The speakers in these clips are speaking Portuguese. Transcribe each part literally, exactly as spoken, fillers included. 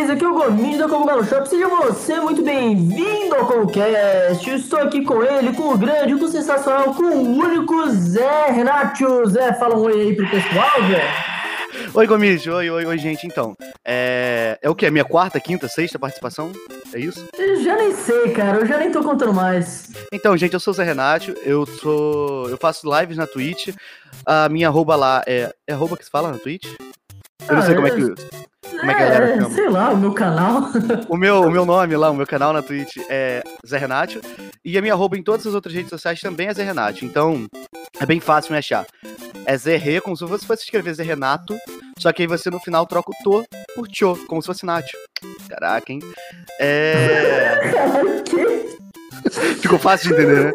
vocês? Aqui é o Gominho da Cogumelo Shop. Seja você muito bem-vindo ao Cogumcast. Eu estou aqui com ele, com o grande, com o sensacional, com o único Zé Renato. Zé, fala um oi aí pro pessoal, Zé. Oi, Gomijo. Oi, oi, oi, gente. Então, é... é o quê? Minha quarta, quinta, sexta participação? É isso? Eu já nem sei, cara. Eu já nem tô contando mais. Então, gente, eu sou o Zé Renato. Eu sou... Eu faço lives na Twitch. A minha arroba lá é... É arroba que se fala na Twitch? Eu não ah, sei como é eu... que... Como é que a galera chama? Sei lá, o meu canal. O meu, o meu nome lá, o meu canal na Twitch é Zé Renato. E a minha arroba em todas as outras redes sociais também é Zé Renato. Então, é bem fácil me achar. É Zé Re, como se você fosse escrever Zé Renato, só que aí você no final troca o to por tio, como se fosse Nath. Caraca, hein? É... O quê? Ficou fácil de entender, né?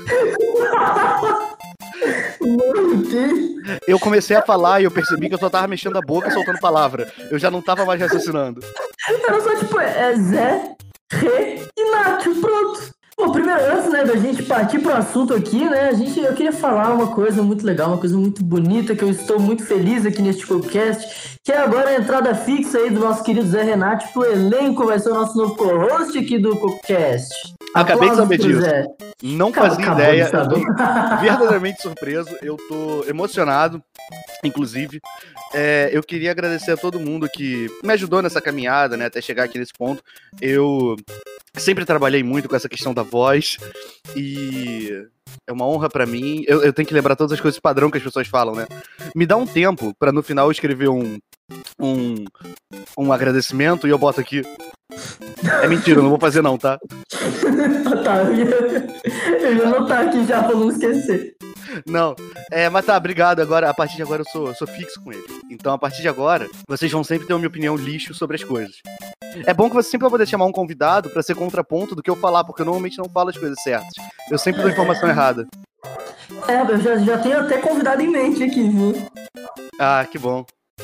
Mano, o quê? Eu comecei a falar e eu percebi que eu só tava mexendo a boca e soltando palavra. Eu já não tava mais raciocinando. Era só tipo, é Zé, Re e Nath, pronto. Bom, primeiro, antes, né, da gente partir pro assunto aqui, né, a gente, eu queria falar uma coisa muito legal, uma coisa muito bonita, que eu estou muito feliz aqui neste podcast, que é agora a entrada fixa aí do nosso querido Zé Renato pro elenco, vai ser o nosso novo co-host aqui do podcast. Acabei de Aplausos saber pro disso. Zé. Não Acabou, fazia acabou, ideia, tá eu tô bom. verdadeiramente surpreso, eu tô emocionado, inclusive. É, eu queria agradecer a todo mundo que me ajudou nessa caminhada, né, até chegar aqui nesse ponto. Eu sempre trabalhei muito com essa questão da voz e é uma honra pra mim. Eu, eu tenho que lembrar todas as coisas padrão que as pessoas falam, né? Me dá um tempo pra no final eu escrever um, um, um agradecimento e eu boto aqui. É mentira, eu não vou fazer não, tá? Tá, eu ia, eu ia anotar aqui já pra não esquecer. Não, é, mas tá, obrigado. Agora, a partir de agora eu sou, sou fixo com ele. Então, a partir de agora, vocês vão sempre ter a minha opinião lixo sobre as coisas. É bom que você sempre vai poder chamar um convidado pra ser contraponto do que eu falar, porque eu normalmente não falo as coisas certas. Eu sempre dou informação errada. É, eu já, já tenho até convidado em mente aqui, viu? Ah, que bom.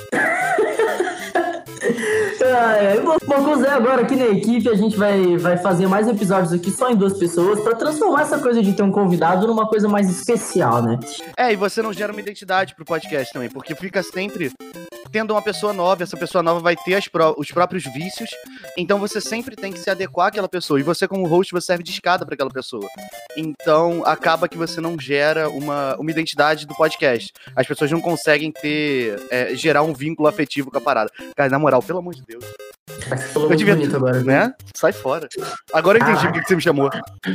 Ah, é. Bom, com o Zé agora aqui na equipe, a gente vai, vai fazer mais episódios aqui só em duas pessoas pra transformar essa coisa de ter um convidado numa coisa mais especial, né? É, e você não gera uma identidade pro podcast também, porque fica sempre tendo uma pessoa nova, essa pessoa nova vai ter as pró- os próprios vícios, então você sempre tem que se adequar àquela pessoa, e você como host, você serve de escada pra aquela pessoa. Então, acaba que você não gera uma, uma identidade do podcast. As pessoas não conseguem ter, é, gerar um vínculo afetivo com a parada. Cara, na moral, pelo amor de Deus. Você falou Eu muito devia, bonito agora, né? Sai fora. Agora eu entendi Ah. por que você me chamou.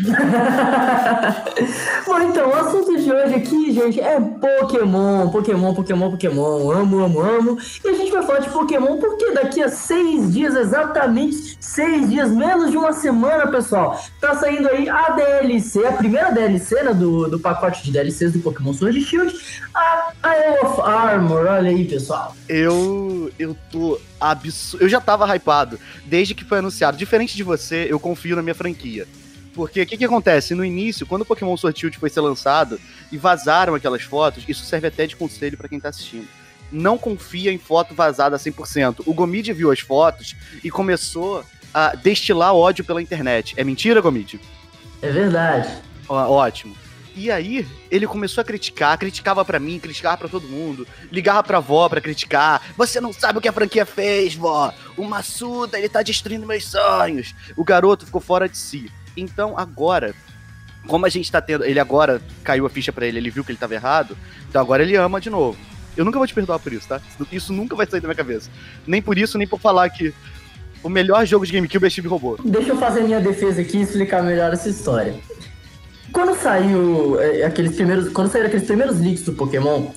Bom, então, o assunto de hoje aqui, gente, é Pokémon, Pokémon, Pokémon, Pokémon, amo, amo, amo. E a gente vai falar de Pokémon porque daqui a seis dias, exatamente seis dias, menos de uma semana, pessoal, tá saindo aí a D L C, a primeira D L C, né, do, do pacote de D L Cs do Pokémon Sword and Shield, a Isle of Armor, olha aí, pessoal. Eu, eu tô absurdo. Eu já tava hypado desde que foi anunciado. Diferente de você, eu confio na minha franquia. Porque o que que acontece? No início, quando o Pokémon Sword and Shield foi ser lançado e vazaram aquelas fotos, isso serve até de conselho pra quem tá assistindo. Não confia em foto vazada cem por cento. O Gomid viu as fotos e começou a destilar ódio pela internet. É mentira, Gomid? É verdade. Ó, ótimo. E aí, ele começou a criticar, criticava pra mim, criticava pra todo mundo, ligava pra vó pra criticar. Você não sabe o que a franquia fez, vó. O Massuda, ele tá destruindo meus sonhos. O garoto ficou fora de si. Então, agora, como a gente tá tendo... Ele agora caiu a ficha pra ele, ele viu que ele tava errado, então agora ele ama de novo. Eu nunca vou te perdoar por isso, tá? Isso nunca vai sair da minha cabeça. Nem por isso, nem por falar que o melhor jogo de GameCube é Steve Robô. Deixa eu fazer minha defesa aqui e explicar melhor essa história. Quando saiu é, aqueles primeiros, quando saíram aqueles primeiros leaks do Pokémon,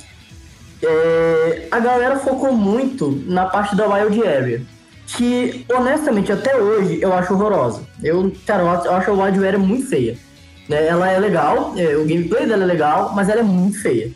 é, a galera focou muito na parte da Wild Area, que honestamente até hoje eu acho horrorosa. Eu, cara, eu acho a Wild Area muito feia. Né? Ela é legal, é, o gameplay dela é legal, mas ela é muito feia.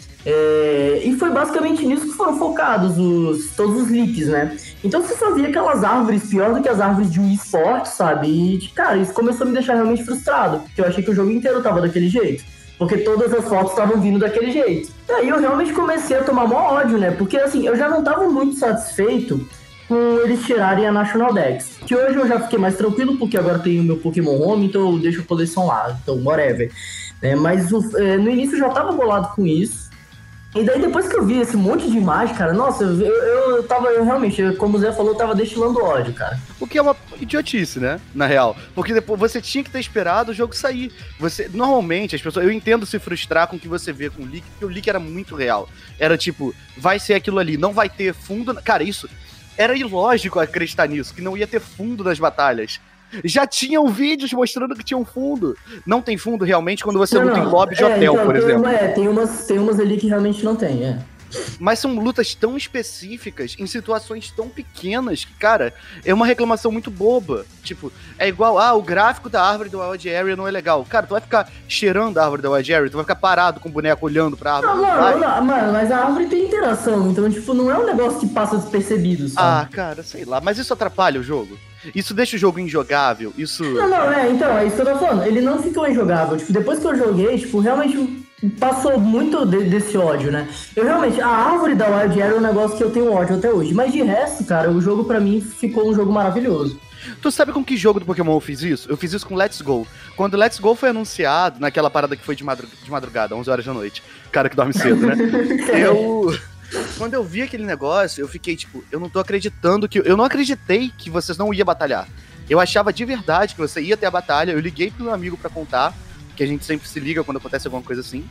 É, e foi basicamente nisso que foram focados os, todos os leaks, né? Então você só via aquelas árvores pior do que as árvores de Wii Sports, sabe? E, cara, isso começou a me deixar realmente frustrado, porque eu achei que o jogo inteiro tava daquele jeito, porque todas as fotos estavam vindo daquele jeito. E aí eu realmente comecei a tomar mó ódio, né? Porque, assim, eu já não tava muito satisfeito com eles tirarem a National Dex, que hoje eu já fiquei mais tranquilo, porque agora eu tenho o meu Pokémon Home, então eu deixo a coleção lá, então whatever. É, mas o, é, no início eu já tava bolado com isso. E daí depois que eu vi esse monte de imagem, cara, nossa, eu, eu, eu tava, eu realmente, como o Zé falou, eu tava destilando ódio, cara. O que é uma idiotice, né? Na real. Porque depois você tinha que ter esperado o jogo sair. Você, normalmente, as pessoas. Eu entendo se frustrar com o que você vê com o leak, porque o leak era muito real. Era tipo, vai ser aquilo ali, não vai ter fundo. Cara, isso era ilógico acreditar nisso, que não ia ter fundo nas batalhas. Já tinham vídeos mostrando que tinha um fundo. Não tem fundo realmente quando você Não, luta não. em lobby de É, hotel, então, por tem, exemplo. é, tem umas, tem umas ali que realmente não tem, é. Mas são lutas tão específicas, em situações tão pequenas, que, cara, é uma reclamação muito boba. Tipo, é igual, ah, o gráfico da árvore do Wild Area não é legal. Cara, tu vai ficar cheirando a árvore da Wild Area, tu vai ficar parado com o boneco olhando pra árvore. Não, mano, não, mano, mas a árvore tem interação, então, tipo, não é um negócio que passa despercebido, sabe? Ah, cara, sei lá. Mas isso atrapalha o jogo? Isso deixa o jogo injogável? Isso... Não, não, é, então, é isso que eu tô falando. Ele não ficou injogável. Tipo, depois que eu joguei, tipo, realmente passou muito de, desse ódio, né? Eu realmente, a árvore da Wild Area é um negócio que eu tenho ódio até hoje. Mas de resto, cara, o jogo pra mim ficou um jogo maravilhoso. Tu sabe com que jogo do Pokémon eu fiz isso? Eu fiz isso com Let's Go. Quando Let's Go foi anunciado, naquela parada que foi de, madrug de madrugada, onze horas da noite. Cara que dorme cedo, né? eu... Quando eu vi aquele negócio, eu fiquei tipo, eu não tô acreditando que... Eu não acreditei que vocês não iam batalhar. Eu achava de verdade que você ia ter a batalha. Eu liguei pro meu amigo pra contar, que a gente sempre se liga quando acontece alguma coisa assim.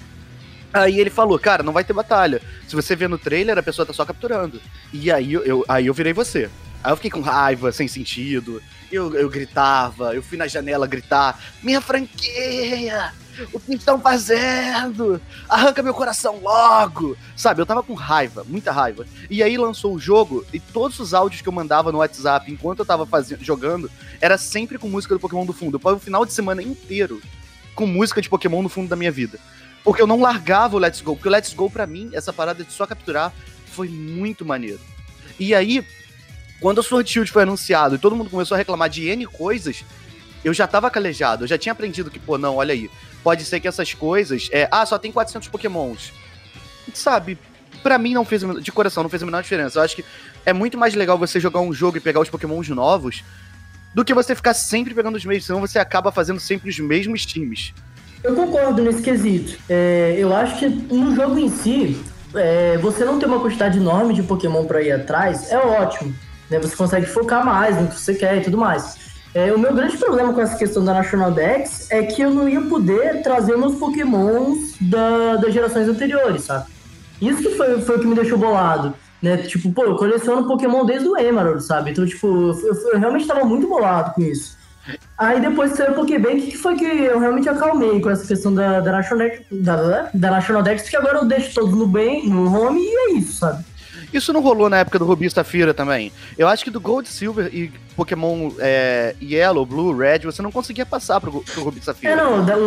Aí ele falou, cara, não vai ter batalha. Se você vê no trailer, a pessoa tá só capturando. E aí eu, eu, aí eu virei você. Aí eu fiquei com raiva, sem sentido. Eu, eu gritava, eu fui na janela gritar, minha franquia! O que estão fazendo? Arranca meu coração logo! Sabe, eu tava com raiva, muita raiva. E aí lançou o jogo, e todos os áudios que eu mandava no WhatsApp enquanto eu tava fazendo, jogando, era sempre com música do Pokémon do fundo. Eu passei o final de semana inteiro com música de Pokémon no fundo da minha vida. Porque eu não largava o Let's Go. Porque o Let's Go, pra mim, essa parada de só capturar, foi muito maneiro. E aí, quando o Sword Shield foi anunciado e todo mundo começou a reclamar de N coisas, eu já tava calejado. Eu já tinha aprendido que, pô, não, olha aí. Pode ser que essas coisas... É, ah, só tem quatrocentos Pokémons. Sabe, pra mim não fez... De coração, não fez a menor diferença. Eu acho que é muito mais legal você jogar um jogo e pegar os Pokémons novos do que você ficar sempre pegando os mesmos. Senão você acaba fazendo sempre os mesmos times. Eu concordo nesse quesito. É, eu acho que no jogo em si, é, você não ter uma quantidade enorme de Pokémon pra ir atrás é ótimo. Né? Você consegue focar mais no que você quer e tudo mais. É, o meu grande problema com essa questão da National Dex é que eu não ia poder trazer meus Pokémons da, das gerações anteriores, sabe? Isso que foi, foi o que me deixou bolado. Né? Tipo, pô, eu coleciono Pokémon desde o Emerald, sabe? Então, tipo, eu, eu realmente tava muito bolado com isso. Aí depois que saiu o Pokébank, que foi que eu realmente acalmei com essa questão da, da, National, Dex, da, da National Dex, que agora eu deixo todos no bem, no home, e é isso, sabe? Isso não rolou na época do Rubi e Safira também? Eu acho que do Gold, Silver e Pokémon é, Yellow, Blue, Red, você não conseguia passar pro, pro Rubi e Safira. É, não, da,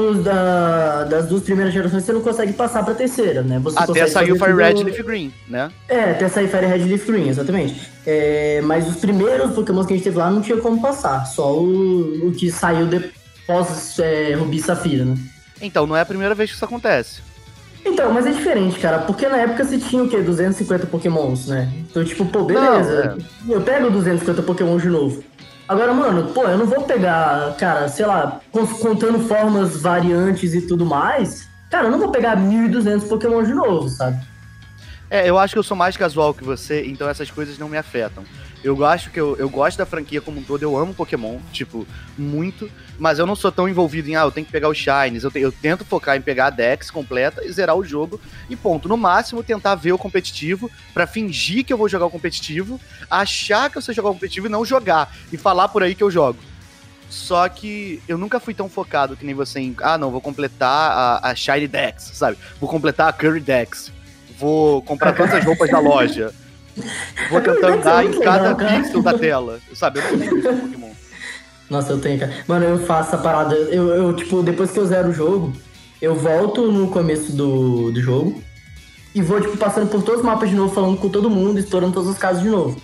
da, das duas primeiras gerações você não consegue passar pra terceira, né? Você até sair o Fire Red e Leaf Green, né? É, até sair Fire Red e Leaf Green, exatamente. É, mas os primeiros Pokémon que a gente teve lá não tinha como passar, só o, o que saiu depois é, Rubi e Safira, né? Então, não é a primeira vez que isso acontece. Então, mas é diferente, cara, porque na época você tinha o quê? duzentos e cinquenta Pokémons, né? Então, tipo, pô, beleza, não, é. eu pego duzentos e cinquenta Pokémon de novo. Agora, mano, pô, eu não vou pegar, cara, sei lá, contando formas variantes e tudo mais, cara, eu não vou pegar mil e duzentos Pokémon de novo, sabe? É, eu acho que eu sou mais casual que você, então essas coisas não me afetam. Eu acho que eu, eu gosto da franquia como um todo, eu amo Pokémon, tipo, muito, mas eu não sou tão envolvido em, ah, eu tenho que pegar os Shines, eu, te, eu tento focar em pegar a Dex completa e zerar o jogo, e ponto. No máximo, tentar ver o competitivo, pra fingir que eu vou jogar o competitivo, achar que eu sei jogar o competitivo e não jogar, e falar por aí que eu jogo. Só que eu nunca fui tão focado que nem você em, ah, não, vou completar a, a Shiny Dex, sabe? Vou completar a Curry Dex, vou comprar todas as roupas da loja. Vou tentar andar em cada legal, pixel da tela. Sabe, eu não tenho isso no Pokémon. Nossa, eu tenho, cara. Mano, eu faço a parada. Eu, eu, tipo, depois que eu zero o jogo, eu volto no começo do, do jogo e vou, tipo, passando por todos os mapas de novo, falando com todo mundo, explorando todas as casas de novo.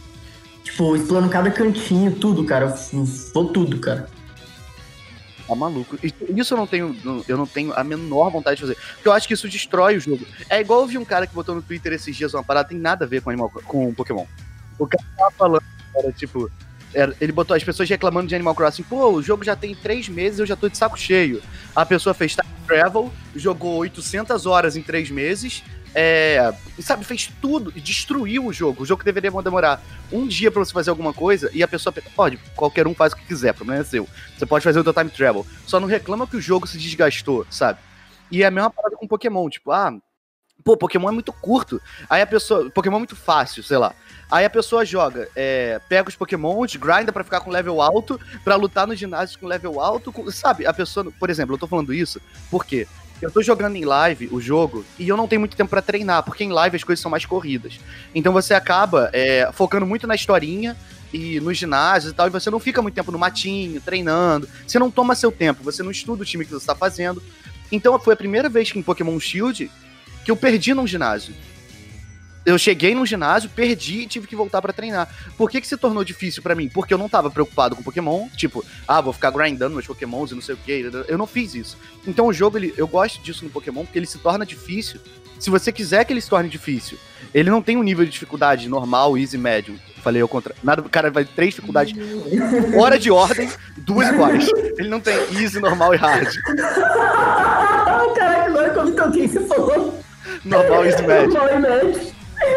Tipo, explorando cada cantinho, tudo, cara. Vou tudo, cara. Tá maluco. Isso eu não tenho, eu não tenho a menor vontade de fazer. Porque eu acho que isso destrói o jogo. É igual eu vi um cara que botou no Twitter esses dias uma parada, tem nada a ver com Animal, com Pokémon. O cara tava falando, era tipo, era, ele botou as pessoas reclamando de Animal Crossing. Pô, o jogo já tem três meses e eu já tô de saco cheio. A pessoa fez time travel, jogou oitocentas horas em três meses, É, sabe, fez tudo e destruiu o jogo. O jogo que deveria demorar um dia pra você fazer alguma coisa e a pessoa pode, qualquer um faz o que quiser, o problema é seu. Você pode fazer o teu time travel. Só não reclama que o jogo se desgastou, sabe? E é a mesma parada com Pokémon, tipo, ah, pô, Pokémon é muito curto. Aí a pessoa, Pokémon é muito fácil, sei lá. Aí a pessoa joga, é, pega os Pokémons, grinda pra ficar com level alto, pra lutar nos ginásios com level alto, com, sabe? A pessoa, por exemplo, eu tô falando isso porque eu tô jogando em live o jogo e eu não tenho muito tempo pra treinar, porque em live as coisas são mais corridas. Então você acaba é, focando muito na historinha e nos ginásios e tal, e você não fica muito tempo no matinho, treinando, você não toma seu tempo, você não estuda o time que você tá fazendo. Então foi a primeira vez que em Pokémon Shield que eu perdi num ginásio. Eu cheguei num ginásio, perdi e tive que voltar pra treinar. Por que que se tornou difícil pra mim? Porque eu não tava preocupado com Pokémon, tipo, ah, vou ficar grindando meus Pokémons e não sei o que. Eu não fiz isso. Então o jogo, ele, eu gosto disso no Pokémon, porque ele se torna difícil. Se você quiser que ele se torne difícil, ele não tem um nível de dificuldade normal, easy, médium. Falei ao contrário. Nada, o cara vai ter três dificuldades. Hora de ordem, duas iguais. Ele não tem easy, normal e hard. Caraca, agora como então quem você falou? Normal, easy, médium. Normal e médio.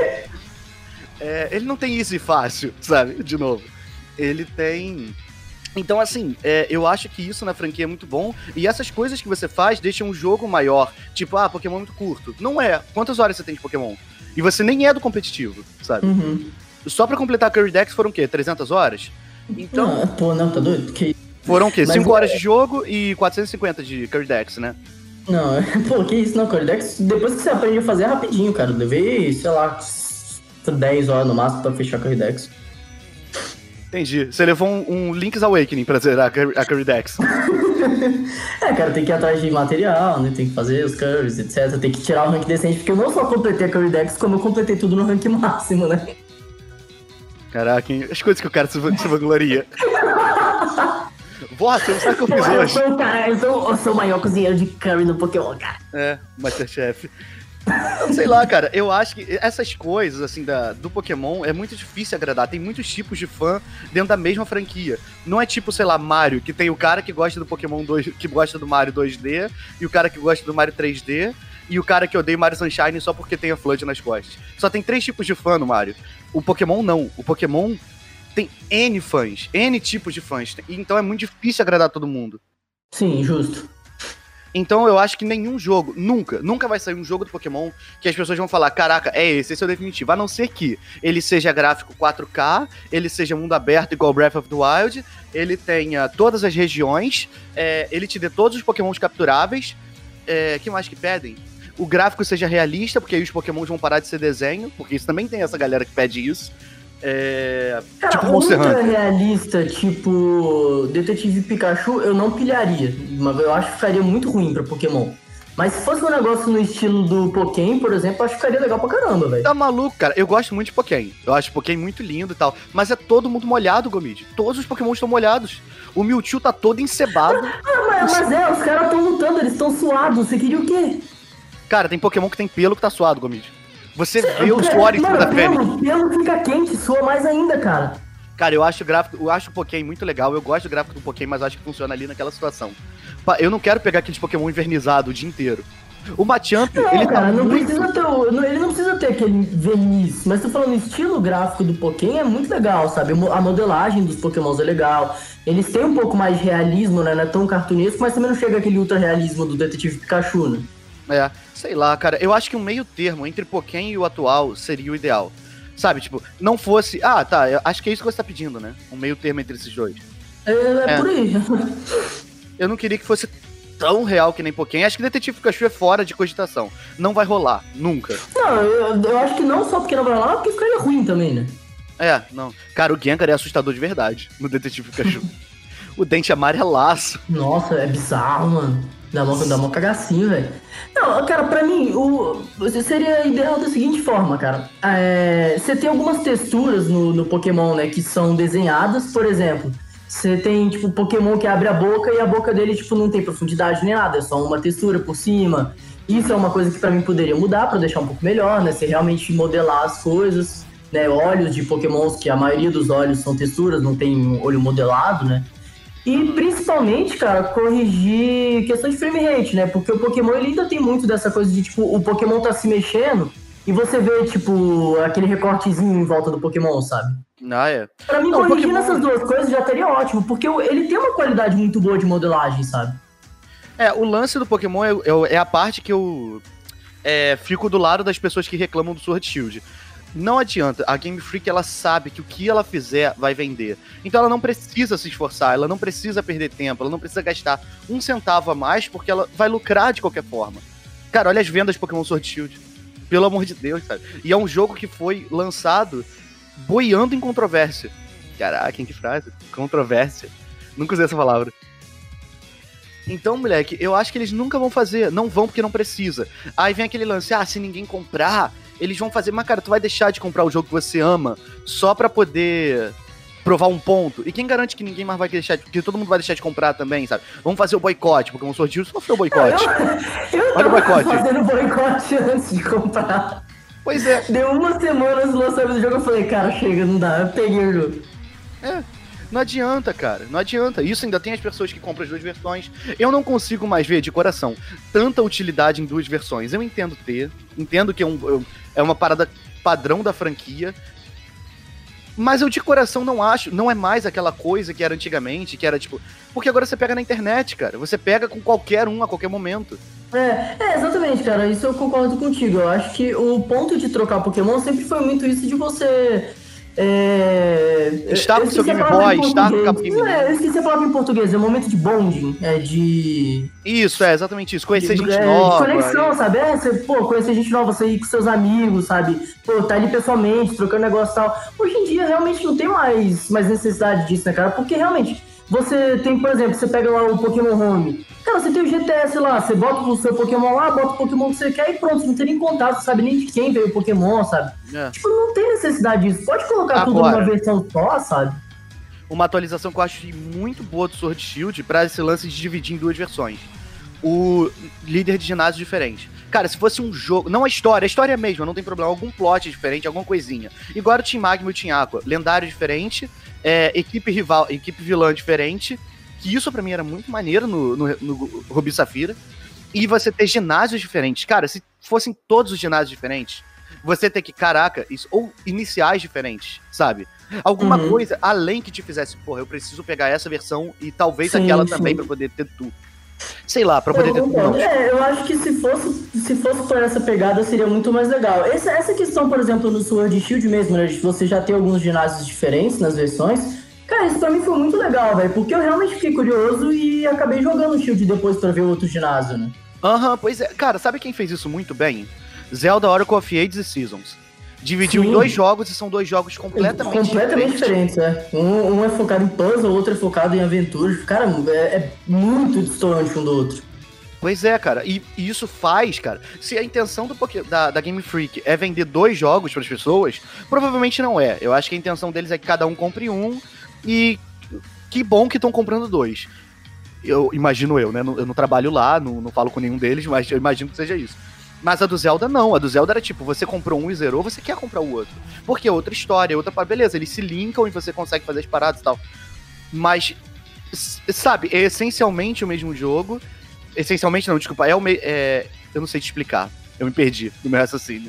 É, ele não tem easy fácil, sabe? De novo. Ele tem... Então, assim, é, eu acho que isso na franquia é muito bom. E essas coisas que você faz deixam o jogo maior. Tipo, ah, Pokémon é muito curto. Não é. Quantas horas você tem de Pokémon? E você nem é do competitivo, sabe? Uhum. Só pra completar Curry Dex foram o quê? trezentas horas? Então... Não, pô, não, tá doido? Que... Foram o quê? Mas cinco é- horas de jogo e quatrocentos e cinquenta de Curry Dex, né? Não, pô, que isso, não, cara. Dex, depois que você aprende a fazer é rapidinho, cara. Eu levei, sei lá, dez horas no máximo pra fechar Curry Dex. Entendi. Você levou um, um Link's Awakening pra zerar a Curry, a Curry Dex. É, cara, tem que ir atrás de material, né? Tem que fazer os curves, etcétera. Tem que tirar o rank decente, porque eu não só completei a Curry Dex, como eu completei tudo no rank máximo, né? Caraca, hein? As coisas que o cara se, se vangloria. Vó, você não sabe o que eu Pô, fiz eu hoje. sou, o cara, eu sou, eu sou o maior cozinheiro de curry no Pokémon, cara. É, Masterchef. Sei lá, cara, eu acho que essas coisas, assim, da, do Pokémon é muito difícil agradar. Tem muitos tipos de fã dentro da mesma franquia. Não é tipo, sei lá, Mario, que tem o cara que gosta do Pokémon dois, que gosta do Mario dois D, e o cara que gosta do Mario três D, e o cara que odeia Mario Sunshine só porque tem a Flood nas costas. Só tem três tipos de fã no Mario. O Pokémon não. O Pokémon tem N fãs, N tipos de fãs. Então é muito difícil agradar todo mundo. Sim, justo. Então eu acho que nenhum jogo, nunca, nunca vai sair um jogo do Pokémon que as pessoas vão falar, caraca, é esse, esse é o definitivo. A não ser que ele seja gráfico quatro K, ele seja mundo aberto igual Breath of the Wild, ele tenha todas as regiões, é, ele te dê todos os Pokémons capturáveis. É, que mais que pedem? O gráfico seja realista, porque aí os Pokémons vão parar de ser desenho, porque isso também tem essa galera que pede isso. É, Cara, tipo Monster ultra Hunter. realista, tipo Detetive Pikachu, eu não pilharia. Mas eu acho que ficaria muito ruim pra Pokémon. Mas se fosse um negócio no estilo do Pokémon, por exemplo, eu acho que ficaria legal pra caramba, velho. Tá maluco, cara? Eu gosto muito de Pokémon. Eu acho Pokémon muito lindo e tal. Mas é todo mundo molhado, Gomid. Todos os Pokémon estão molhados. O Mewtwo tá todo encebado. Ah, mas, mas é, os caras estão lutando, eles estão suados. Você queria o quê? Cara, tem Pokémon que tem pelo que tá suado, Gomid. Você vê o suor em cima da pele. O pelo fica quente, sua mais ainda, cara. Cara, eu acho o gráfico, eu acho o Pokémon muito legal. Eu gosto do gráfico do Pokémon, mas acho que funciona ali naquela situação. Eu não quero pegar aqueles Pokémon invernizado o dia inteiro. O Machamp, Não, ele cara, tá não muito... precisa ter, o- não- ele não precisa ter aquele verniz, mas tô falando, o estilo gráfico do Pokémon é muito legal, sabe? A modelagem dos Pokémons é legal. Eles têm um pouco mais de realismo, né? Não é tão cartunesco, mas também não chega aquele ultra realismo do Detetive Pikachu, né? É, sei lá, cara. Eu acho que um meio termo entre Pokémon e o atual seria o ideal. Sabe, tipo, não fosse... Ah, tá, eu acho que é isso que você tá pedindo, né? Um meio termo entre esses dois. É, é, É. por aí. Eu não queria que fosse tão real que nem Pokémon. Acho que Detetive Pikachu é fora de cogitação. Não vai rolar, nunca. Não, eu, eu acho que não só porque não vai lá, porque ficaria ruim também, né? É, não. Cara, o Gengar é assustador de verdade no Detetive Pikachu. O dente amarelaço. Nossa, é bizarro, mano. Dá uma, dá uma cagacinho, velho. Não, cara, pra mim, o, seria ideal da seguinte forma, cara. É, você tem algumas texturas no, no Pokémon, né, que são desenhadas, por exemplo. Você tem, tipo, Pokémon que abre a boca e a boca dele, tipo, não tem profundidade nem nada. É só uma textura por cima. Isso é uma coisa que pra mim poderia mudar pra deixar um pouco melhor, né? Você realmente modelar as coisas, né? Olhos de Pokémons, que a maioria dos olhos são texturas, não tem um olho modelado, né? E Uhum. principalmente, cara, corrigir questão de frame rate, né? Porque o Pokémon ele ainda tem muito dessa coisa de, tipo, o Pokémon tá se mexendo e você vê, tipo, aquele recortezinho em volta do Pokémon, sabe? Ah, é. Pra mim, Não, o corrigindo Pokémon... essas duas coisas já teria ótimo, porque ele tem uma qualidade muito boa de modelagem, sabe? É, o lance do Pokémon é, é, é a parte que eu é, fico do lado das pessoas que reclamam do Sword Shield. Não adianta, a Game Freak ela sabe que o que ela fizer vai vender. Então ela não precisa se esforçar, ela não precisa perder tempo, ela não precisa gastar um centavo a mais porque ela vai lucrar de qualquer forma. Cara, olha as vendas de Pokémon Sword Shield. Pelo amor de Deus, sabe? E é um jogo que foi lançado boiando em controvérsia. Caraca, hein, que frase? Controvérsia. Nunca usei essa palavra. Então, moleque, eu acho que eles nunca vão fazer. Não vão porque não precisa. Aí vem aquele lance, ah, se ninguém comprar, eles vão fazer. Mas, cara, tu vai deixar de comprar o jogo que você ama só pra poder provar um ponto? E quem garante que ninguém mais vai deixar de... que todo mundo vai deixar de comprar também, sabe? Vamos fazer o boicote, porque um sorteio só foi o boicote. Eu, eu Olha o boicote. fazendo boicote antes de comprar. Pois é. Deu uma semana do lançamento do jogo, eu falei, cara, chega, não dá, eu peguei o jogo. É. Não adianta, cara. Não adianta. Isso ainda tem as pessoas que compram as duas versões. Eu não consigo mais ver, de coração, tanta utilidade em duas versões. Eu entendo ter. Entendo que é, um, é uma parada padrão da franquia. Mas eu, de coração, não acho. Não é mais aquela coisa que era antigamente, que era tipo... Porque agora você pega na internet, cara. Você pega com qualquer um, a qualquer momento. É, é, exatamente, cara. Isso eu concordo contigo. Eu acho que o ponto de trocar Pokémon sempre foi muito isso de você... É... Estar com o seu Game Boy, estar com o Cabo Game Boy. É, eu esqueci a palavra em português, é o momento de bonding, é de... Isso, é exatamente isso, conhecer de, gente é, nova. De conexão, e... sabe? É, você, pô, conhecer gente nova, você ir com seus amigos, sabe? Pô, tá ali pessoalmente, trocando negócio e tal. Hoje em dia, realmente, não tem mais, mais necessidade disso, né, cara? Porque, realmente, você tem, por exemplo, você pega lá o Pokémon Home. Cara, você tem o G T S lá, você bota o seu Pokémon lá, bota o Pokémon que você quer e pronto, não tem nem contato, sabe nem de quem veio o Pokémon, sabe? É. Tipo, não tem necessidade disso. Pode colocar Agora, tudo numa versão só, sabe? Uma atualização que eu acho muito boa do Sword Shield pra esse lance de dividir em duas versões. O líder de ginásio diferente. Cara, se fosse um jogo... Não a história, a história é a mesma, não tem problema. Algum plot diferente, alguma coisinha. Igual o Team Magma e o Team Aqua. Lendário diferente, é, equipe rival, equipe vilã diferente. Que isso pra mim era muito maneiro no, no, no Rubi Safira. E você ter ginásios diferentes. Cara, se fossem todos os ginásios diferentes, você ter que, caraca, isso, ou iniciais diferentes, sabe? Alguma uhum. coisa além que te fizesse, porra, eu preciso pegar essa versão e talvez sim, aquela sim. também pra poder ter tudo. Sei lá, pra poder eu ter tudo. Não. É, eu acho que se fosse, se fosse por essa pegada seria muito mais legal. Essa, essa questão, por exemplo, no Sword Shield mesmo, né? De você já ter alguns ginásios diferentes nas versões. Cara, isso pra mim foi muito legal, velho. Porque eu realmente fiquei curioso e acabei jogando o Shield depois pra ver o outro ginásio, né? Aham, uhum, pois é. Cara, sabe quem fez isso muito bem? Zelda Oracle of Ages e Seasons. Dividiu Sim. em dois jogos e são dois jogos completamente, completamente diferentes. diferentes é. um, um é focado em puzzle, o outro é focado em aventuras. Cara, é, é muito distante um do outro. Pois é, cara. E, e isso faz, cara... Se a intenção do Poké, da, da Game Freak é vender dois jogos para as pessoas, provavelmente não é. Eu acho que a intenção deles é que cada um compre um e que bom que estão comprando dois. Eu imagino eu, né? Eu não trabalho lá, não, não falo com nenhum deles, mas eu imagino que seja isso. Mas a do Zelda não, a do Zelda era tipo, você comprou um e zerou, você quer comprar o outro. Porque é outra história, é outra parada, beleza, eles se linkam e você consegue fazer as paradas e tal. Mas, sabe, é essencialmente o mesmo jogo. Essencialmente não, desculpa, é o me... é... eu não sei te explicar, eu me perdi no meu raciocínio.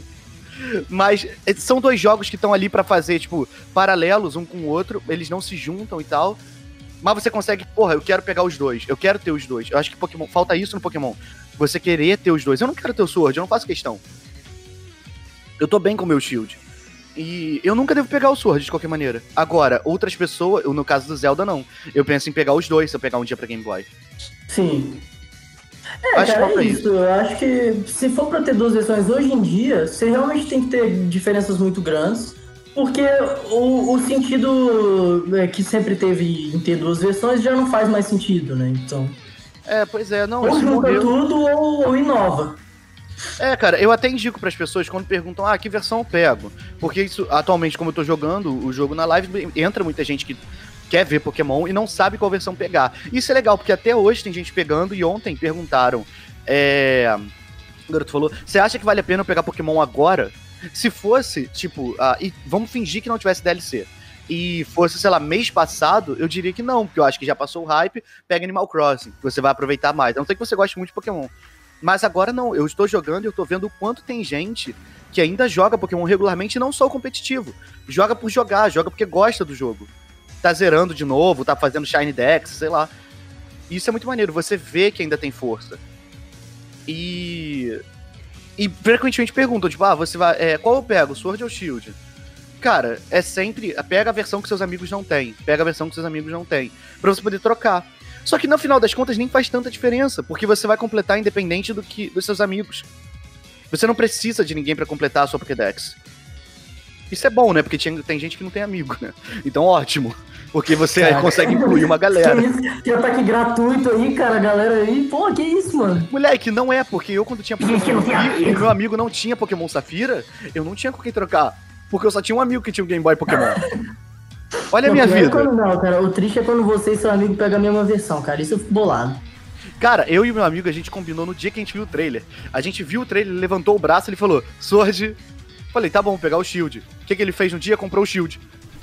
Mas são dois jogos que estão ali pra fazer, tipo, paralelos um com o outro, eles não se juntam e tal. Mas você consegue, porra, eu quero pegar os dois, eu quero ter os dois. Eu acho que Pokémon, falta isso no Pokémon. Você querer ter os dois. Eu não quero ter o Sword, eu não faço questão. Eu tô bem com o meu Shield. E eu nunca devo pegar o Sword, de qualquer maneira. Agora, outras pessoas, no caso do Zelda, não. Eu penso em pegar os dois se eu pegar um dia pra Game Boy. Sim. É, acho cara, é isso. isso. Eu acho que se for pra ter duas versões hoje em dia, você realmente tem que ter diferenças muito grandes. Porque o, o sentido que sempre teve em ter duas versões já não faz mais sentido, né? Então... É, pois é, não... Ou junta tudo ou, ou inova. É, cara, eu até indico pras pessoas quando perguntam, ah, que versão eu pego? Porque isso, atualmente, como eu tô jogando o jogo na live, entra muita gente que quer ver Pokémon e não sabe qual versão pegar. Isso é legal, porque até hoje tem gente pegando e ontem perguntaram, é... O garoto falou, você acha que vale a pena eu pegar Pokémon agora? Se fosse, tipo, uh, e vamos fingir que não tivesse D L C. e fosse, sei lá, mês passado, eu diria que não, porque eu acho que já passou o hype, pega Animal Crossing, que você vai aproveitar mais. A não sei que você goste muito de Pokémon. Mas agora não, eu estou jogando e eu tô vendo o quanto tem gente que ainda joga Pokémon regularmente e não só o competitivo. Joga por jogar, joga porque gosta do jogo. Tá zerando de novo, tá fazendo Shiny Dex, sei lá. Isso é muito maneiro, você vê que ainda tem força. E... E frequentemente perguntam, tipo, ah, você vai... É, qual eu pego, Sword ou Shield? Cara, é sempre... Pega a versão que seus amigos não têm. Pega a versão que seus amigos não têm. Pra você poder trocar. Só que no final das contas nem faz tanta diferença, porque você vai completar independente do que, dos seus amigos. Você não precisa de ninguém pra completar a sua Pokédex. Isso é bom, né? Porque tinha, tem gente que não tem amigo, né? Então ótimo. Porque você aí consegue incluir uma galera. Que isso? Que ataque gratuito aí, cara, a galera aí. Pô, que isso, mano? Moleque, não é, porque eu quando tinha Pokémon Safira e meu amigo não tinha Pokémon Safira, eu não tinha com quem trocar. Porque eu só tinha um amigo que tinha um Game Boy Pokémon. Olha não, a minha vida. Quando, não, cara, o triste é quando você e seu amigo pegam a mesma versão, cara. Isso eu fico bolado. Cara, eu e meu amigo, a gente combinou no dia que a gente viu o trailer. A gente viu o trailer, ele levantou o braço, ele falou, Sword. Falei, tá bom, pegar o Shield. O que, que ele fez no dia? Comprou o Shield.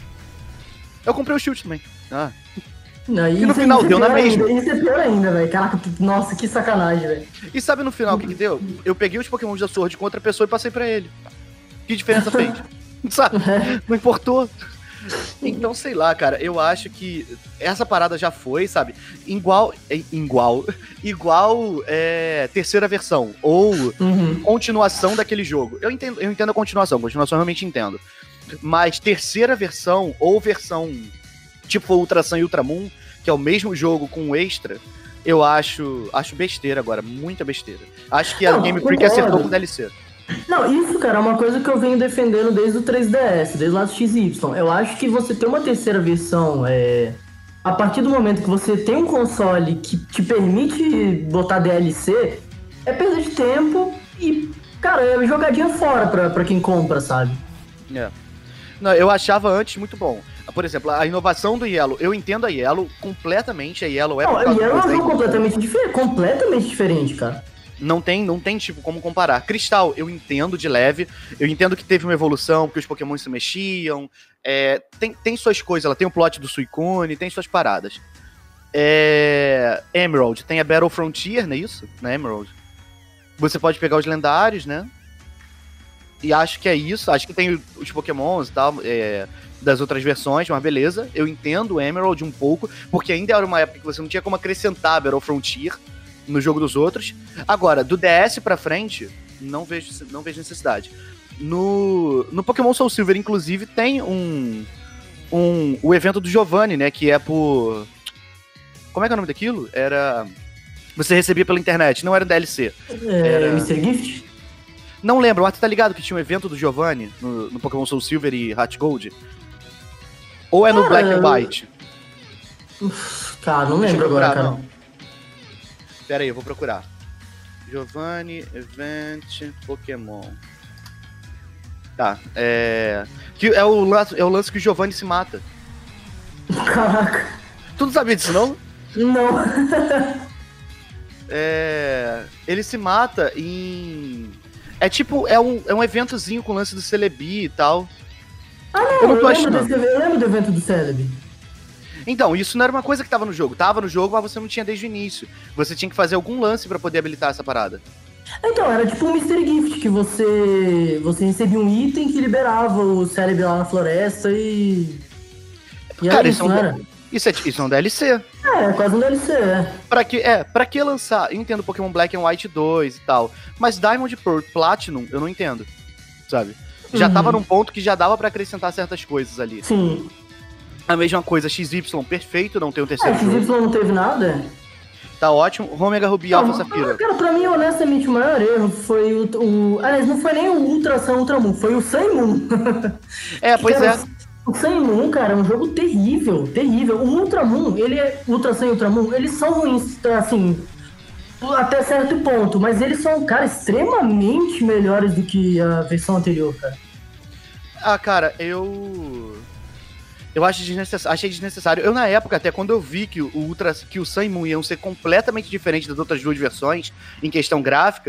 Eu comprei o Shield também. Ah. Não, e no final deu na mesma. Ainda, isso é pior ainda, velho. Caraca, nossa, que sacanagem, velho. E sabe no final o que, que deu? Eu peguei os Pokémon da Sword com outra pessoa e passei pra ele. Que diferença fez? Sabe? Não importou. Então, sei lá, cara, eu acho que essa parada já foi, sabe? Igual, igual, igual é, terceira versão, ou uhum. continuação daquele jogo. Eu entendo, eu entendo a continuação, continuação eu realmente entendo. Mas terceira versão, ou versão tipo Ultra Sun e Ultramoon, que é o mesmo jogo com um extra, eu acho, acho besteira agora, muita besteira. Acho que a Não, Game Freak acertou com o D L C. Não, isso, cara, é uma coisa que eu venho defendendo desde o três D S, desde lá do X Y. Eu acho que você ter uma terceira versão, é... a partir do momento que você tem um console que te permite botar D L C, é perda de tempo e, cara, é jogadinha fora pra, pra quem compra, sabe? É. Não, eu achava antes muito bom. Por exemplo, a inovação do Yellow, eu entendo a Yellow completamente, a Yellow é... Não, a Yellow é um jogo completamente diferente, completamente diferente, cara. Não tem, não tem, tipo, como comparar. Cristal, eu entendo de leve, eu entendo que teve uma evolução, porque os Pokémon se mexiam, é, tem, tem suas coisas, ela tem o plot do Suicune, tem suas paradas. É, Emerald, tem a Battle Frontier, não é isso? Na Emerald. Você pode pegar os lendários, né? E acho que é isso, acho que tem os Pokémons e tal, é, das outras versões, mas beleza, eu entendo o Emerald um pouco, porque ainda era uma época que você não tinha como acrescentar a Battle Frontier no jogo dos outros. Agora, do D S pra frente, não vejo, não vejo necessidade. No, no Pokémon Soul Silver, inclusive, tem um, um o evento do Giovanni, né, que é por... Como é que é o nome daquilo? Era... Você recebia pela internet, não era D L C. É, era... mister Gift? Não lembro, mas tu tá ligado que tinha um evento do Giovanni no, no Pokémon Soul Silver e Heart Gold? Ou é no Cara, Black and White? Cara, não lembro agora, cara. Não. Pera aí, eu vou procurar. Giovanni Event Pokémon. Tá, é... Que é, o lance, é o lance que o Giovanni se mata. Caraca. Tu não sabia disso, não? Não. É... Ele se mata em... É tipo, é um, é um eventozinho com o lance do Celebi e tal. Ah, não, eu, não tô eu, achando... lembro desse, eu lembro do evento do Celebi. Então, isso não era uma coisa que tava no jogo. Tava no jogo, mas você não tinha desde o início. Você tinha que fazer algum lance pra poder habilitar essa parada. Então, era tipo um mister Gift, que você você recebia um item que liberava o cérebro lá na floresta e... e Cara, isso, isso, não era? Isso, é, isso é um D L C. É, é quase um D L C, é. Pra que, é, pra que lançar? Eu entendo Pokémon Black and White dois e tal, mas Diamond Pearl Platinum eu não entendo, sabe? Já uhum. tava num ponto que já dava pra acrescentar certas coisas ali. Sim. A mesma coisa, X Y, perfeito, não tem o terceiro é, X Y jogo. não teve nada? Tá ótimo. Omega Ruby Alpha Safira. Cara, pra mim, honestamente, o maior erro foi o... o aliás, não foi nem o Ultra Sun Ultramoon, foi o Sun Moon. É, pois cara, é. O Sun Moon, cara, é um jogo terrível, terrível. O Ultramoon, ele é... Ultra Sun e Ultramoon, eles são ruins, assim... até certo ponto, mas eles são, cara, extremamente melhores do que a versão anterior, cara. Ah, cara, eu... Eu acho desnecessário, achei desnecessário. Eu, na época, até quando eu vi que o Ultra, que o Sun e Moon iam ser completamente diferentes das outras duas versões, em questão gráfica,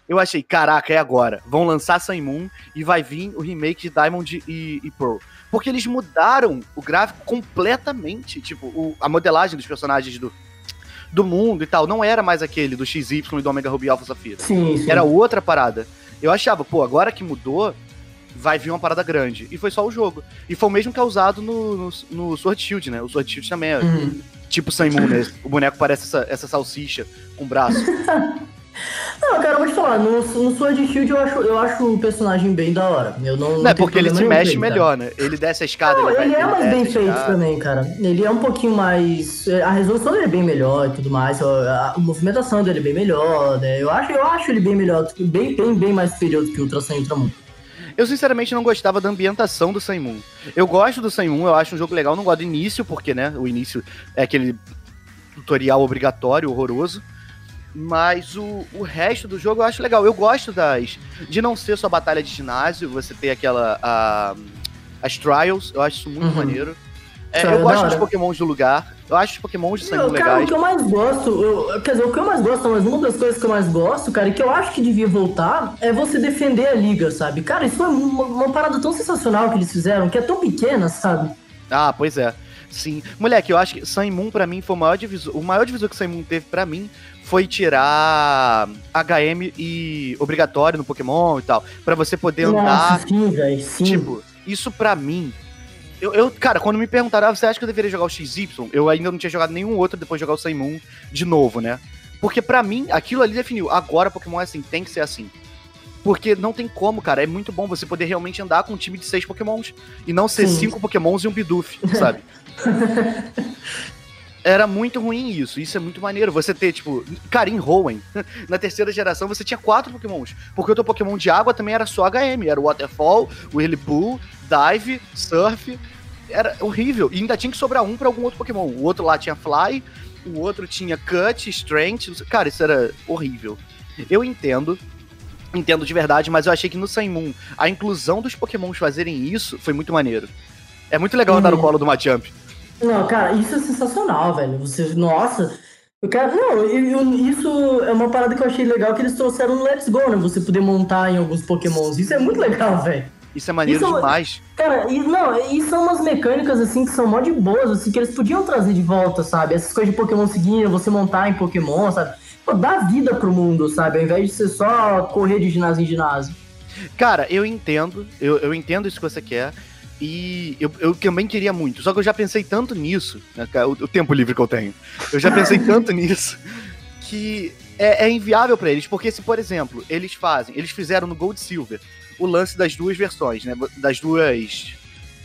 eu achei, caraca, é agora. Vão lançar Sun e Moon e vai vir o remake de Diamond e, e Pearl. Porque eles mudaram o gráfico completamente. Tipo, o, a modelagem dos personagens do, do mundo e tal. Não era mais aquele do X Y e do Omega Ruby Alpha Safira. Sim, sim. Era outra parada. Eu achava, pô, agora que mudou, vai vir uma parada grande. E foi só o jogo. E foi o mesmo que é usado no, no, no Sword Shield, né? O Sword Shield também é Uhum. tipo Sun e Moon, né? O boneco parece essa, essa salsicha com braço. Não, cara, eu vou te falar, no, no Sword Shield eu acho, eu acho o personagem bem da hora. Eu não, não Não é tenho porque ele se problema nenhum mexe com ele, melhor, né? Ele desce a escada, Não, ele vai... ele é mais desce bem a feito escada. também, cara. Ele é um pouquinho mais. A resolução dele é bem melhor e tudo mais. A, a movimentação dele é bem melhor, né? Eu acho, eu acho ele bem melhor, bem, bem, bem mais superior do que o Ultra Sun e Ultramoon. Eu sinceramente não gostava da ambientação do Sun e Moon. Eu gosto do Sun e Moon, eu acho um jogo legal, não gosto do início, porque, né, o início é aquele tutorial obrigatório, horroroso. Mas o, o resto do jogo eu acho legal. Eu gosto das de não ser só batalha de ginásio, você ter aquela... A, as trials, eu acho isso muito Uhum. maneiro. É, Cara, eu da gosto hora. dos pokémons do lugar. Eu acho os pokémons de Sun e Moon Eu, cara, o legais. que eu mais gosto, eu- quer dizer, o que eu mais gosto, mas uma das coisas que eu mais gosto, cara, e que eu acho que devia voltar, é você defender a liga, sabe? Cara, isso foi uma, uma parada tão sensacional que eles fizeram, que é tão pequena, sabe? Ah, pois é. Sim. Moleque, eu acho que Sun e Moon pra mim foi o maior divisor. O maior divisor que Sun e Moon teve pra mim foi tirar H M e obrigatório no Pokémon e tal. Pra você poder andar. Nossa, sim, velho, sim. Tipo, isso pra mim. Eu, eu, cara, quando me perguntaram, ah, você acha que eu deveria jogar o X Y? Eu ainda não tinha jogado nenhum outro depois de jogar o Sun e Moon de novo, né? Porque pra mim, aquilo ali definiu. Agora Pokémon é assim, tem que ser assim. Porque não tem como, cara. É muito bom você poder realmente andar com um time de seis Pokémons. E não ser Sim. cinco Pokémons e um Bidoof, sabe? Era muito ruim isso. Isso é muito maneiro. Você ter, tipo... Cara, em Hoenn, na terceira geração, você tinha quatro Pokémons. Porque o teu Pokémon de água também era só H M. Era o Waterfall, o Whirlpool, Dive, Surf. Era horrível. E ainda tinha que sobrar um pra algum outro Pokémon. O outro lá tinha Fly, o outro tinha Cut, Strength. Cara, isso era horrível. Eu entendo... Entendo de verdade, mas eu achei que no Sun e Moon a inclusão dos Pokémons fazerem isso foi muito maneiro. É muito legal andar no colo do Machamp. Não, cara, isso é sensacional, velho. Você, nossa. Eu quero, não, eu- eu- isso é uma parada que eu achei legal que eles trouxeram no Let's Go, né? Você poder montar em alguns Pokémons. Isso é muito legal, velho. Isso é maneiro Isso- demais. Cara, e, não, e são umas mecânicas, assim, que são mó de boas, assim, que eles podiam trazer de volta, sabe? Essas coisas de Pokémon seguindo, você montar em Pokémon, sabe? Pô, dá vida pro mundo, sabe? Ao invés de ser só correr de ginásio em ginásio. Cara, eu entendo, eu, eu entendo isso que você quer. E eu, eu também queria muito. Só que eu já pensei tanto nisso, né, cara, o, o tempo livre que eu tenho. Eu já pensei tanto nisso que é, é inviável pra eles. Porque se, por exemplo, eles fazem, eles fizeram no Gold e Silver o lance das duas versões, né? Das duas.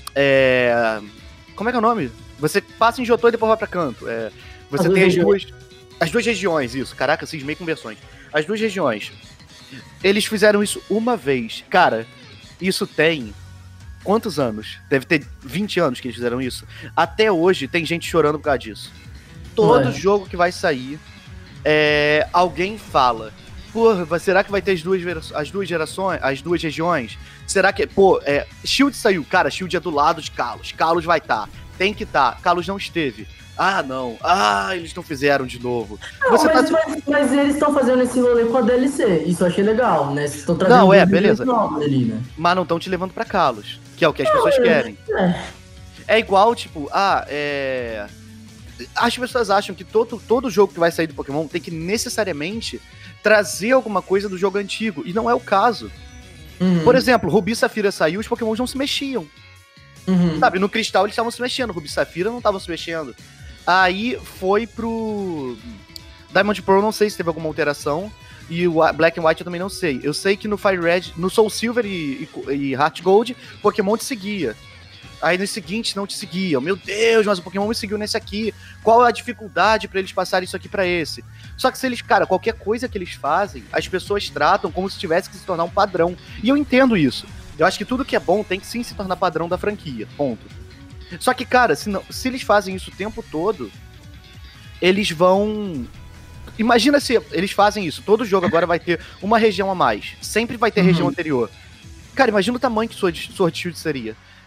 É, como é que é o nome? Você passa em Jotô e depois vai pra canto. É, você As duas tem as regiões. duas. As duas regiões, isso. Caraca, cismei com versões. As duas regiões. Eles fizeram isso uma vez. Cara, isso tem... Quantos anos? Deve ter vinte anos que eles fizeram isso. Até hoje tem gente chorando por causa disso. Todo Ué. jogo que vai sair, é, alguém fala... Porra, será que vai ter as duas, as duas gerações, as duas regiões? Será que... Pô, é, Shield saiu. Cara, Shield é do lado de Kalos. Kalos vai estar. Tá. Tem que estar. Tá. Kalos não esteve. Ah, não. Ah, eles não fizeram de novo. Não, Você mas, tá... mas, mas eles estão fazendo esse rolê com a D L C. Isso eu achei legal, né? Vocês estão trazendo Não, é, duas beleza. novas ali, né? Mas não estão te levando pra Kalos, que é o que as pessoas é. querem. É. É igual, tipo, ah, é... As pessoas acham que todo, todo jogo que vai sair do Pokémon tem que necessariamente trazer alguma coisa do jogo antigo, e não é o caso. Uhum. Por exemplo, Rubi e Safira saiu, os Pokémons não se mexiam. Uhum. Sabe, no Cristal eles estavam se mexendo, Rubi e Safira não estavam se mexendo. Aí foi pro Diamond Pearl, não sei se teve alguma alteração, e o Black and White eu também não sei. Eu sei que no Fire Red, no Soul Silver e, e, e Heart Gold, Pokémon te seguia. Aí nos seguintes não te seguiam. Meu Deus, mas o Pokémon me seguiu nesse aqui. Qual é a dificuldade pra eles passarem isso aqui pra esse? Só que se eles, cara, qualquer coisa que eles fazem, as pessoas tratam como se tivesse que se tornar um padrão. E eu entendo isso. Eu acho que tudo que é bom tem que sim se tornar padrão da franquia. Ponto. Só que, cara, se, não, se eles fazem isso o tempo todo, eles vão... Imagina se eles fazem isso. Todo jogo agora vai ter uma região a mais. Sempre vai ter Uhum. região anterior. Cara, imagina o tamanho que Sword, Sword Shield seria.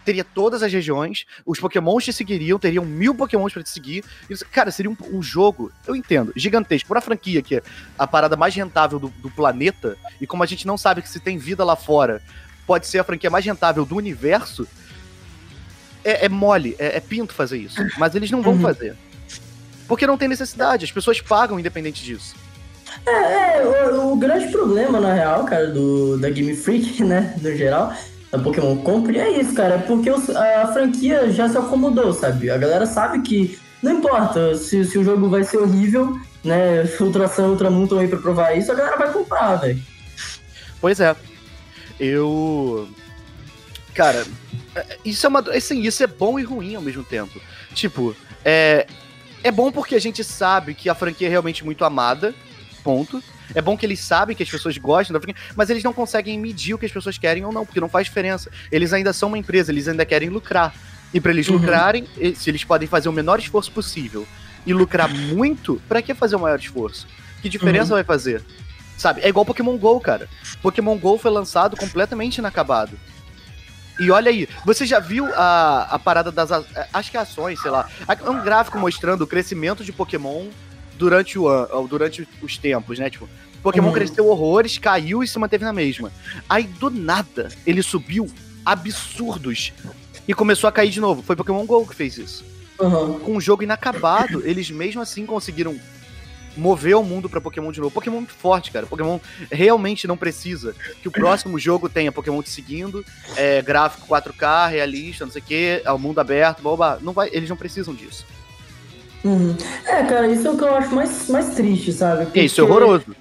teria todas as regiões, os pokémons te seguiriam, teriam mil pokémons pra te seguir. E, cara, seria um, um jogo, eu entendo, gigantesco. Por uma franquia que é a parada mais rentável do, do planeta, e como a gente não sabe que se tem vida lá fora, pode ser a franquia mais rentável do universo, é, é mole, é, é pinto fazer isso. Mas eles não vão uhum. fazer. Porque não tem necessidade, as pessoas pagam independente disso. É, é o, o grande problema, na real, cara, do, da Game Freak, né, no geral, da Pokémon Company, é isso, cara, porque os, a franquia já se acomodou, sabe? A galera sabe que não importa se, se o jogo vai ser horrível, né, Ultração e Ultramoon estão aí pra provar isso, a galera vai comprar, velho. Pois é. Eu... Cara, isso é uma... Assim, isso é bom e ruim ao mesmo tempo. Tipo, é... É bom porque a gente sabe que a franquia é realmente muito amada, ponto. É bom que eles sabem que as pessoas gostam da franquia, mas eles não conseguem medir o que as pessoas querem ou não, porque não faz diferença. Eles ainda são uma empresa, eles ainda querem lucrar. E pra eles uhum. lucrarem, se eles podem fazer o menor esforço possível e lucrar muito, pra que fazer o maior esforço? Que diferença uhum. vai fazer? Sabe? É igual Pokémon GO, cara. Pokémon GO foi lançado completamente inacabado. E olha aí, você já viu a, a parada das... Acho que ações, sei lá. É um gráfico mostrando o crescimento de Pokémon durante, o, durante os tempos, né? Tipo, Pokémon uhum. cresceu horrores, caiu e se manteve na mesma. Aí, do nada, ele subiu absurdos e começou a cair de novo. Foi Pokémon GO que fez isso. Uhum. Com um jogo inacabado, eles mesmo assim conseguiram mover o mundo pra Pokémon de novo. Pokémon é muito forte, cara. Pokémon realmente não precisa que o próximo jogo tenha Pokémon te seguindo, é, gráfico quatro K, realista, não sei o que, é o mundo aberto, blá, blá. Não vai, eles não precisam disso. Uhum. É, cara, isso é o que eu acho mais, mais triste, sabe? Porque, isso é horroroso.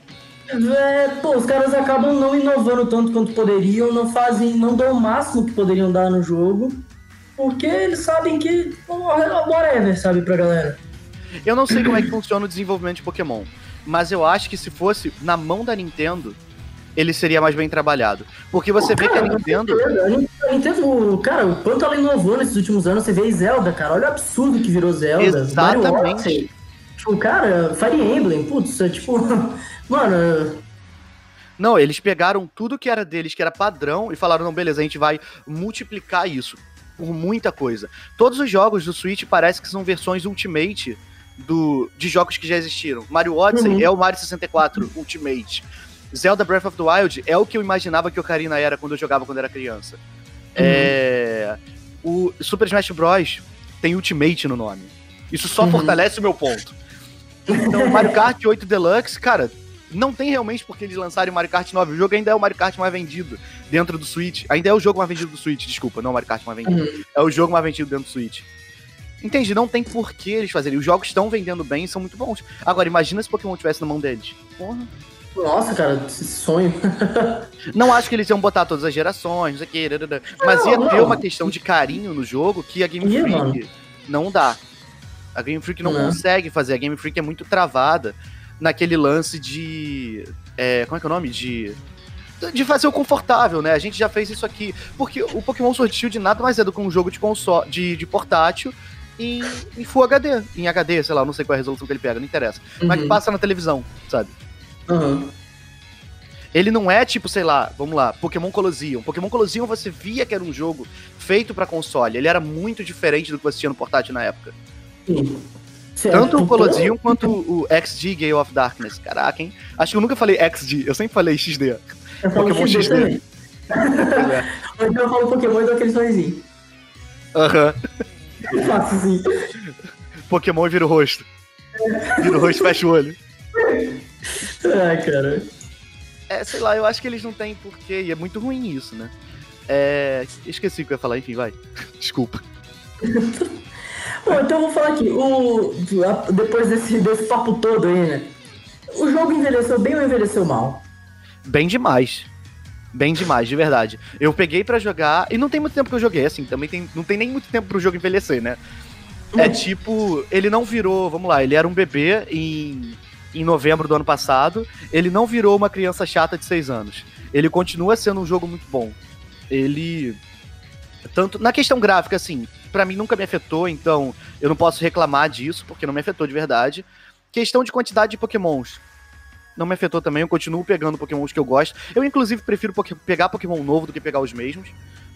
É, pô, os caras acabam não inovando tanto quanto poderiam, não fazem, não dão o máximo que poderiam dar no jogo, porque eles sabem que, whatever, sabe, pra galera. Eu não sei como é que funciona o desenvolvimento de Pokémon, mas eu acho que se fosse na mão da Nintendo, ele seria mais bem trabalhado. Porque você vê cara, que a Nintendo... A Nintendo, cara, o quanto ela inovou nesses últimos anos, você vê Zelda, cara, olha o absurdo que virou Zelda. Exatamente. Tipo, cara, Fire Emblem, putz, é tipo... Mano... Não, eles pegaram tudo que era deles, que era padrão, e falaram, não, beleza, a gente vai multiplicar isso por muita coisa. Todos os jogos do Switch parece que são versões Ultimate do, de jogos que já existiram. Mario Odyssey uhum. é o Mario sessenta e quatro Ultimate. Zelda Breath of the Wild é o que eu imaginava que o Ocarina era quando eu jogava quando era criança. Uhum. É... O Super Smash Bros. Tem Ultimate no nome. Isso só uhum. fortalece o meu ponto. Então, Mario Kart oito Deluxe, cara, não tem realmente porque eles lançarem o Mario Kart nove. O jogo ainda é o Mario Kart mais vendido dentro do Switch. Ainda é o jogo mais vendido do Switch, desculpa, não o Mario Kart mais vendido. Uhum. É o jogo mais vendido dentro do Switch. Entende? Não tem por que eles fazerem. Os jogos estão vendendo bem e são muito bons. Agora, imagina se Pokémon tivesse na mão deles. Porra. Nossa, cara, esse sonho. Não acho que eles iam botar todas as gerações, não sei o que, mas ia ter uma questão de carinho no jogo que a Game Freak mano. não dá. A Game Freak não, não consegue fazer. A Game Freak é muito travada naquele lance de... É, como é que é o nome? De... De fazer o confortável, né? A gente já fez isso aqui. Porque o Pokémon Sword Shield nada mais é do que um jogo de, console, de, de portátil em, em Full H D. Em H D, sei lá, não sei qual é a resolução que ele pega, não interessa. Uhum. Mas que passa na televisão, sabe? Uhum. Ele não é tipo, sei lá, vamos lá, Pokémon Colosseum. Pokémon Colosseum você via que era um jogo feito pra console. Ele era muito diferente do que você tinha no portátil na época. Sim. Tanto o Colosseum quanto o X D Gale of Darkness. Caraca, hein? Acho que eu nunca falei X D, eu sempre falei X D. Eu Pokémon X D. X D. Ou então eu falo Pokémon e dou aquele sorrisinho. Aham. Eu faço assim. Pokémon e vira o rosto. Vira o rosto e fecha o olho. Ai, cara. É, sei lá, eu acho que eles não têm porquê, e é muito ruim isso, né? É... Esqueci o que eu ia falar, enfim, vai. Desculpa. Bom, então eu vou falar aqui, o... depois desse, desse papo todo aí, né? O jogo envelheceu bem ou envelheceu mal? Bem demais. Bem demais, de verdade. Eu peguei pra jogar, e não tem muito tempo que eu joguei, assim, também tem, não tem nem muito tempo pro jogo envelhecer, né? É tipo, ele não virou, vamos lá, ele era um bebê em... em novembro do ano passado, ele não virou uma criança chata de seis anos. Ele continua sendo um jogo muito bom. Ele... Tanto na questão gráfica, assim, pra mim nunca me afetou, então eu não posso reclamar disso, porque não me afetou de verdade. Questão de quantidade de pokémons. Não me afetou também, eu continuo pegando pokémons que eu gosto. Eu, inclusive, prefiro poké- pegar pokémon novo do que pegar os mesmos.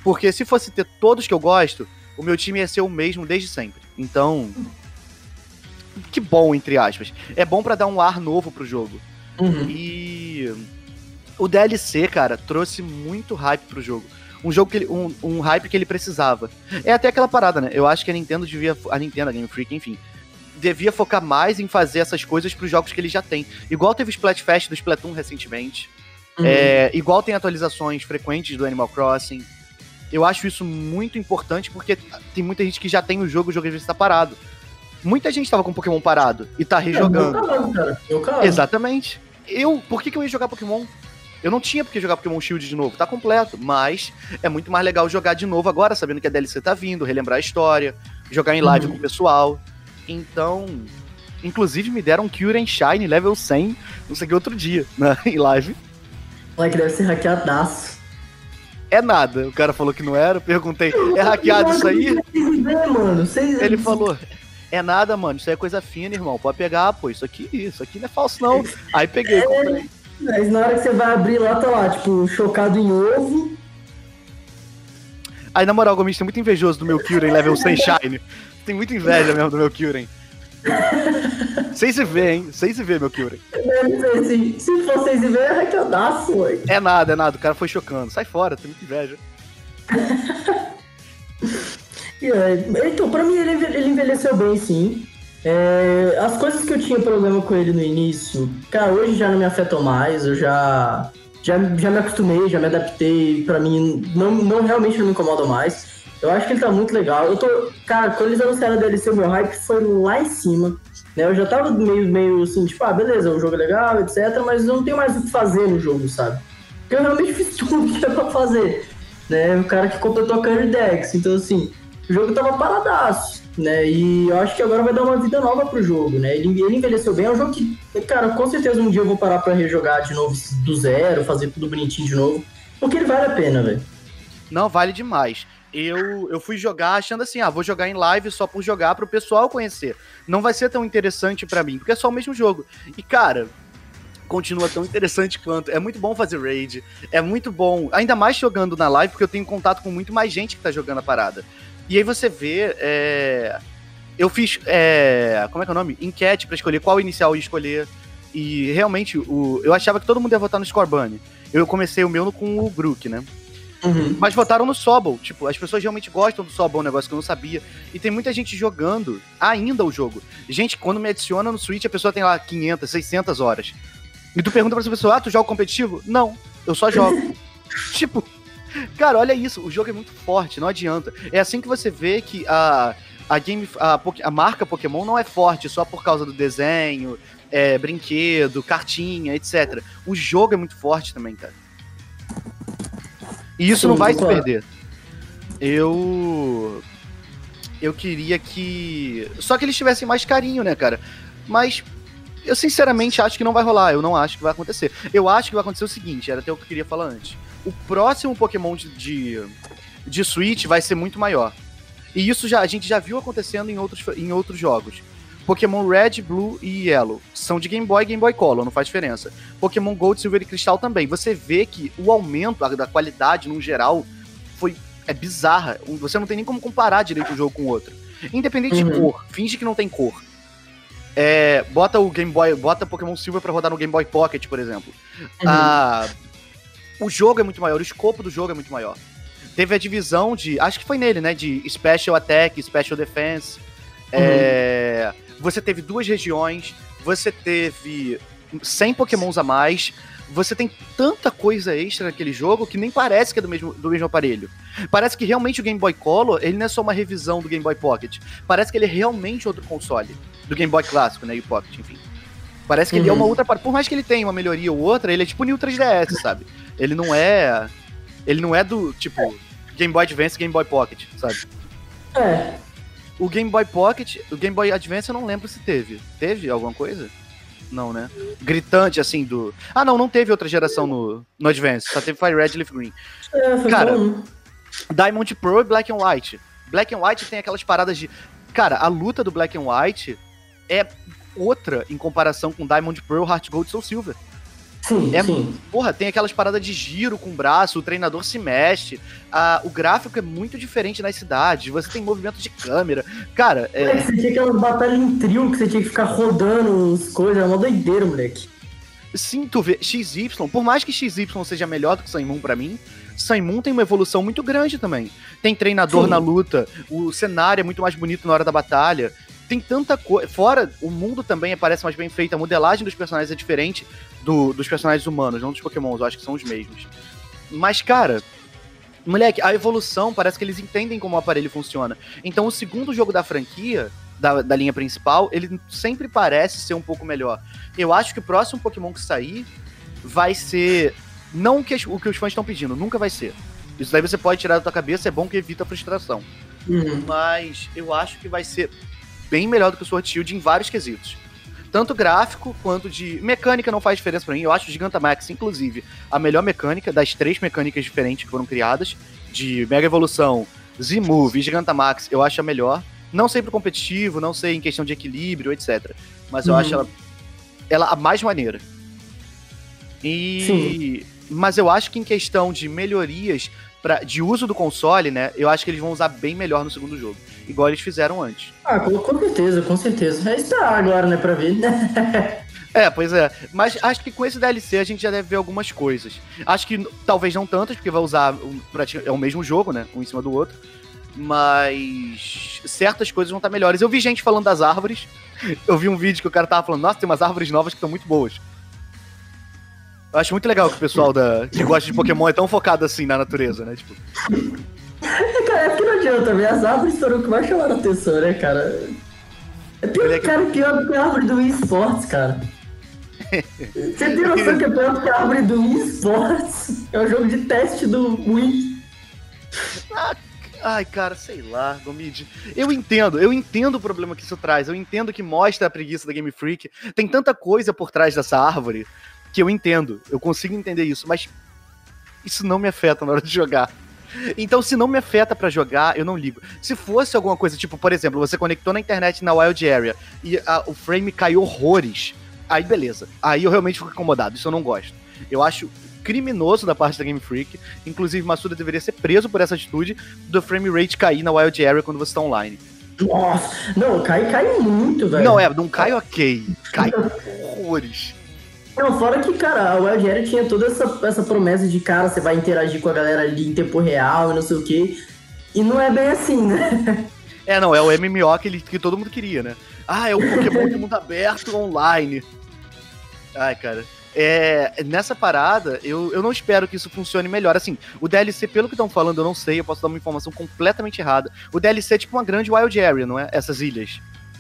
Porque se fosse ter todos que eu gosto, o meu time ia ser o mesmo desde sempre. Então, que bom, entre aspas. É bom pra dar um ar novo pro jogo. Uhum. E o D L C, cara, trouxe muito hype pro jogo. Um jogo que ele, um, um hype que ele precisava. É até aquela parada, né? Eu acho que a Nintendo devia, a Nintendo, a Game Freak, enfim, devia focar mais em fazer essas coisas pros jogos que ele já tem. Igual teve o Splatfest do Splatoon recentemente. Uhum. É, igual tem atualizações frequentes do Animal Crossing. Eu acho isso muito importante porque tem muita gente que já tem o jogo, o jogo às vezes tá parado. Muita gente tava com Pokémon parado e tá rejogando. É, meu canal, cara. Meu canal. Exatamente. Eu, por que, que eu ia jogar Pokémon? Eu não tinha por que jogar Pokémon Shield de novo, tá completo. Mas é muito mais legal jogar de novo agora, sabendo que a D L C tá vindo, relembrar a história, jogar em live uhum. com o pessoal. Então, inclusive me deram um Kyurem Shine level cem, não sei que outro dia, né, em live. Moleque, deve ser hackeadaço. É nada, o cara falou que não era, eu perguntei, é hackeado isso aí? Mano, vocês... Ele falou, é nada, mano, isso aí é coisa fina, irmão, pode pegar, pô, isso aqui, isso aqui não é falso não. Aí peguei, é, comprei. Mas na hora que você vai abrir lá, tá lá, tipo, chocado em ovo. Aí, na moral, Gomes, tem muito invejoso do meu Kyurem level cem Shine. Tem muita inveja mesmo do meu Kyurem. Sem se ver, hein? Sem se ver, meu Kyurem. Se, se for sem se ver, é hackeadaço, ué. É nada, é nada. O cara foi chocando. Sai fora, tem muita inveja. é, então, pra mim, ele, ele envelheceu bem, sim. É, as coisas que eu tinha problema com ele no início, cara, hoje já não me afetam mais. Eu já, já, já me acostumei, já me adaptei. Pra mim, não, não realmente não me incomoda mais. Eu acho que ele tá muito legal. Eu tô. Cara, quando eles anunciaram a D L C, o meu hype foi lá em cima. Né? Eu já tava meio, meio assim, tipo, ah, beleza, o jogo é legal, etcétera. Mas eu não tenho mais o que fazer no jogo, sabe? Porque eu realmente fiz tudo que era pra fazer. Né? O cara que completou a Curry Dex. Então, assim, o jogo tava paradaço. Né? E eu acho que agora vai dar uma vida nova pro jogo. Né? Ele, ele envelheceu bem. É um jogo que, cara, com certeza um dia eu vou parar pra rejogar de novo do zero, fazer tudo bonitinho de novo. Porque ele vale a pena, velho. Não, vale demais. Eu, eu fui jogar achando assim, ah, vou jogar em live só por jogar pro pessoal conhecer. Não vai ser tão interessante pra mim, porque é só o mesmo jogo. E, cara, continua tão interessante quanto. É muito bom fazer raid, é muito bom, ainda mais jogando na live, porque eu tenho contato com muito mais gente que tá jogando a parada. E aí você vê, é... eu fiz, é... como é que é o nome? Enquete pra escolher qual inicial eu ia escolher. E realmente, o... eu achava que todo mundo ia votar no Scorbunny. Eu comecei o meu com o Brook, né? Uhum. Mas votaram no Sobol, tipo, as pessoas realmente gostam do Sobol, um negócio que eu não sabia. E tem muita gente jogando ainda o jogo. Gente, quando me adiciona no Switch, a pessoa tem lá quinhentas, seiscentas horas. E tu pergunta pra essa pessoa, ah, tu joga competitivo? Não, eu só jogo. Tipo, cara, olha isso, o jogo é muito forte, não adianta. É assim que você vê que a, a, game, a, a marca Pokémon não é forte só por causa do desenho, é, brinquedo, cartinha, etcétera. O jogo é muito forte também, cara. E isso Sim, não vai se perder. Eu... Eu queria que... Só que eles tivessem mais carinho, né, cara? Mas eu sinceramente acho que não vai rolar. Eu não acho que vai acontecer. Eu acho que vai acontecer o seguinte, era até o que eu queria falar antes. O próximo Pokémon de, de, de Switch vai ser muito maior. E isso já, a gente já viu acontecendo em outros, em outros jogos. Pokémon Red, Blue e Yellow são de Game Boy e Game Boy Color, não faz diferença. Pokémon Gold, Silver e Crystal também. Você vê que o aumento da qualidade, no geral, foi, é bizarra. Você não tem nem como comparar direito um jogo com o outro. Independente uhum. de cor, finge que não tem cor. É, bota o Game Boy, bota Pokémon Silver pra rodar no Game Boy Pocket, por exemplo. Uhum. Ah, o jogo é muito maior, o escopo do jogo é muito maior. Teve a divisão de, acho que foi nele, né, de Special Attack, Special Defense. Uhum. É... Você teve duas regiões, você teve cem pokémons a mais, você tem tanta coisa extra naquele jogo que nem parece que é do mesmo, do mesmo aparelho. Parece que realmente o Game Boy Color, ele não é só uma revisão do Game Boy Pocket, parece que ele é realmente outro console, do Game Boy clássico, né, e o Pocket, enfim. Parece que uhum. ele é uma outra parte, por mais que ele tenha uma melhoria ou outra, ele é tipo o New três D S, sabe? Ele não é, ele não é do, tipo, Game Boy Advance e Game Boy Pocket, sabe? É. O Game Boy Pocket, o Game Boy Advance eu não lembro se teve. Teve alguma coisa? Não, né? Gritante, assim, do... Ah, não, não teve outra geração no, no Advance. Só teve Fire Red e Leaf Green. É, foi Cara, bom. Diamond Pro e Black and White. Black and White tem aquelas paradas de... Cara, a luta do Black and White é outra em comparação com Diamond Pearl, Heart Gold e Soul Silver. Sim, É, sim. porra, tem aquelas paradas de giro com o braço, o treinador se mexe, a, o gráfico é muito diferente nas cidades, você tem movimento de câmera. Cara, é, Moleque, você tinha aquelas batalhas em trio que você tinha que ficar rodando as coisas, era uma doideira, moleque. sim, tu vê, X Y, por mais que X Y seja melhor do que Sun Moon pra mim, Sun Moon tem uma evolução muito grande também. Tem treinador Sim. na luta, o cenário é muito mais bonito na hora da batalha. Tem tanta coisa. Fora, o mundo também parece mais bem feito, a modelagem dos personagens é diferente do, dos personagens humanos, não dos Pokémons, eu acho que são os mesmos. Mas, cara, moleque, a evolução parece que eles entendem como o aparelho funciona. Então, o segundo jogo da franquia, da, da linha principal, ele sempre parece ser um pouco melhor. Eu acho que o próximo Pokémon que sair vai ser. Não o que, o que os fãs estão pedindo, nunca vai ser. Isso daí você pode tirar da tua cabeça, é bom que evita a frustração. Uhum. Mas eu acho que vai ser bem melhor do que o Sword Shield em vários quesitos. Tanto gráfico quanto de mecânica não faz diferença pra mim. Eu acho o Gigantamax, inclusive, a melhor mecânica das três mecânicas diferentes que foram criadas, de Mega Evolução, Z-Move e Gigantamax, eu acho a melhor. Não sei pro competitivo, não sei em questão de equilíbrio, etcétera. Mas eu Uhum. acho ela, ela a mais maneira. E... Sim. Mas eu acho que em questão de melhorias pra, de uso do console, né, eu acho que eles vão usar bem melhor no segundo jogo. Igual eles fizeram antes. Ah, com, com certeza, com certeza. É esperar agora, né, pra ver. É, pois é. Mas acho que com esse D L C a gente já deve ver algumas coisas. Acho que talvez não tantas, porque vai usar... Um, é o mesmo jogo, né, um em cima do outro. Mas certas coisas vão estar melhores. Eu vi gente falando das árvores. Eu vi um vídeo que o cara tava falando, nossa, tem umas árvores novas que estão muito boas. Eu acho muito legal que o pessoal da, que gosta de Pokémon é tão focado assim na natureza, né? Tipo... Cara, é porque não adianta, também. As árvores foram o que mais chamaram a atenção, né, cara? É pior, Ele é que- cara, pior do que a árvore do Wii Sports, cara. Você tem noção que é pior do que a árvore do Wii Sports? É um jogo de teste do Wii. Ah, ai, cara, sei lá, Gomid. Eu entendo, eu entendo o problema que isso traz. Eu entendo que mostra a preguiça da Game Freak. Tem tanta coisa por trás dessa árvore que eu entendo. Eu consigo entender isso, mas isso não me afeta na hora de jogar. Então, se não me afeta pra jogar, eu não ligo. Se fosse alguma coisa, tipo, por exemplo, você conectou na internet na Wild Area e a, o frame caiu horrores, aí beleza. Aí eu realmente fico incomodado, isso eu não gosto. Eu acho criminoso da parte da Game Freak, inclusive Masuda deveria ser preso por essa atitude do frame rate cair na Wild Area quando você tá online. Nossa, não, cai, cai muito, velho. Não, é, não cai ok, cai horrores. Não, fora que, cara, a Wild Area tinha toda essa, essa promessa de, cara, você vai interagir com a galera ali em tempo real e não sei o quê. E não é bem assim, né? É, não, é o M M O que, ele, que todo mundo queria, né? Ah, é o Pokémon de mundo aberto online. Ai, cara. É, nessa parada, eu, eu não espero que isso funcione melhor. Assim, o D L C, pelo que estão falando, eu não sei, eu posso dar uma informação completamente errada. O D L C é tipo uma grande Wild Area, não é? Essas ilhas.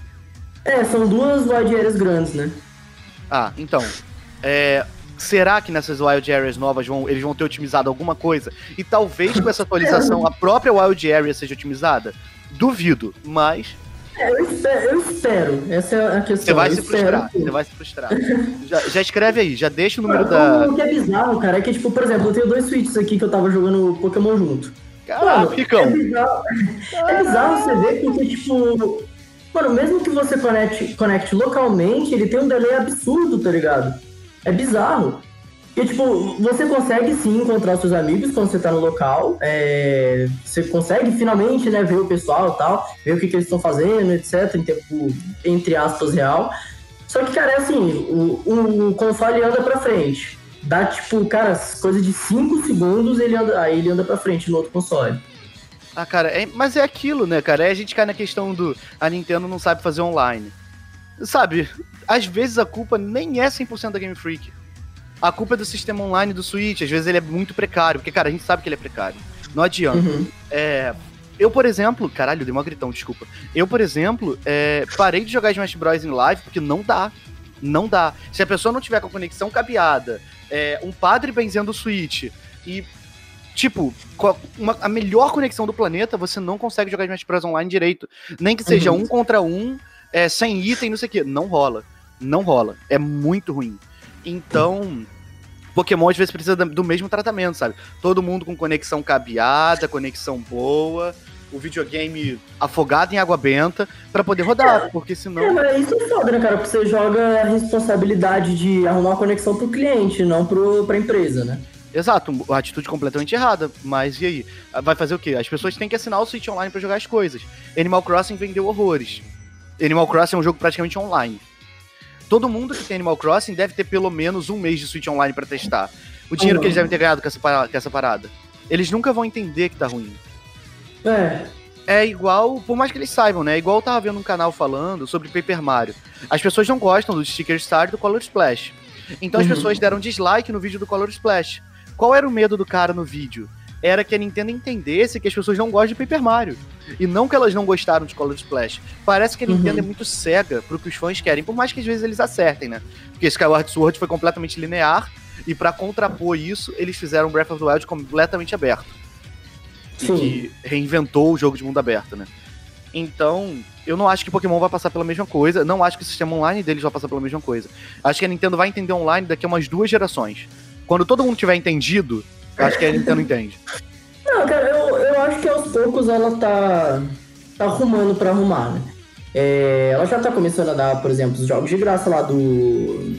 É, são duas Wild Areas grandes, né? Ah, então... É, será que nessas Wild Areas novas vão, eles vão ter otimizado alguma coisa? E talvez com essa atualização a própria Wild Area seja otimizada? Duvido, mas... É, eu espero, eu espero. Essa é a questão. Você vai eu se frustrar, espero. você vai se frustrar. Já, já escreve aí, já deixa o número Mano, da... o que é bizarro, cara, é que, tipo, por exemplo, eu tenho dois Switches aqui que eu tava jogando Pokémon junto. Caraca, Mano, Ricão. é bizarro, é bizarro você ver porque, tipo... Mano, mesmo que você conecte, conecte localmente, ele tem um delay absurdo, tá ligado? É bizarro. E, tipo, você consegue sim encontrar seus amigos quando você tá no local. É... Você consegue finalmente, né, ver o pessoal e tal, ver o que, que eles estão fazendo, etcétera, em tempo, entre aspas, real. Só que, cara, é assim, o, o, o console anda pra frente. Dá, tipo, cara, coisa de cinco segundos, ele anda, aí ele anda pra frente no outro console. Ah, cara, é, mas é aquilo, né, cara? Aí a gente cai na questão do... A Nintendo não sabe fazer online. Sabe, às vezes a culpa nem é cem por cento da Game Freak. A culpa é do sistema online do Switch. Às vezes ele é muito precário, porque, cara, a gente sabe que ele é precário. Não adianta. Uhum. É, eu, por exemplo... Caralho, dei uma gritão, desculpa. Eu, por exemplo, é, parei de jogar Smash Bros. Em live porque não dá. Não dá. Se a pessoa não tiver com a conexão cabeada, é, um padre benzendo o Switch e... Tipo, uma, a melhor conexão do planeta, você não consegue jogar Smash Bros. Online direito. Nem que seja Uhum. um contra um, é, sem item, não sei o quê. Não rola. Não rola. É muito ruim. Então, Pokémon às vezes precisa do mesmo tratamento, sabe? Todo mundo com conexão cabeada, conexão boa. o videogame afogado em água benta pra poder rodar, É. porque senão... É, mas isso é foda, né, cara? Porque você joga a responsabilidade de arrumar uma conexão pro cliente, não pro, pra empresa, né? Exato, uma atitude completamente errada, mas e aí? Vai fazer o quê? As pessoas têm que assinar o Switch Online pra jogar as coisas. Animal Crossing vendeu horrores. Animal Crossing é um jogo praticamente online. Todo mundo que tem Animal Crossing deve ter pelo menos um mês de Switch Online pra testar. O dinheiro Uhum. que eles devem ter ganhado com essa, parada, com essa parada. Eles nunca vão entender que tá ruim. É. É igual, por mais que eles saibam, né? Igual eu tava vendo um canal falando sobre Paper Mario. As pessoas não gostam do Sticker Star e do Color Splash. Então as Uhum. pessoas deram dislike no vídeo do Color Splash. Qual era o medo do cara no vídeo? Era que a Nintendo entendesse que as pessoas não gostam de Paper Mario. E não que elas não gostaram de Color Splash. Parece que a Nintendo Uhum. é muito cega pro que os fãs querem, por mais que às vezes eles acertem, né? Porque Skyward Sword foi completamente linear, e pra contrapor isso, eles fizeram Breath of the Wild completamente aberto. E Sim. que reinventou o jogo de mundo aberto, né? Então, eu não acho que Pokémon vai passar pela mesma coisa, não acho que o sistema online deles vai passar pela mesma coisa. Acho que a Nintendo vai entender online daqui a umas duas gerações. Quando todo mundo tiver entendido, acho que a Nintendo entende. Não, cara, eu, eu acho que aos poucos ela tá, tá arrumando pra arrumar, né? É, ela já tá começando a dar, por exemplo, os jogos de graça lá do...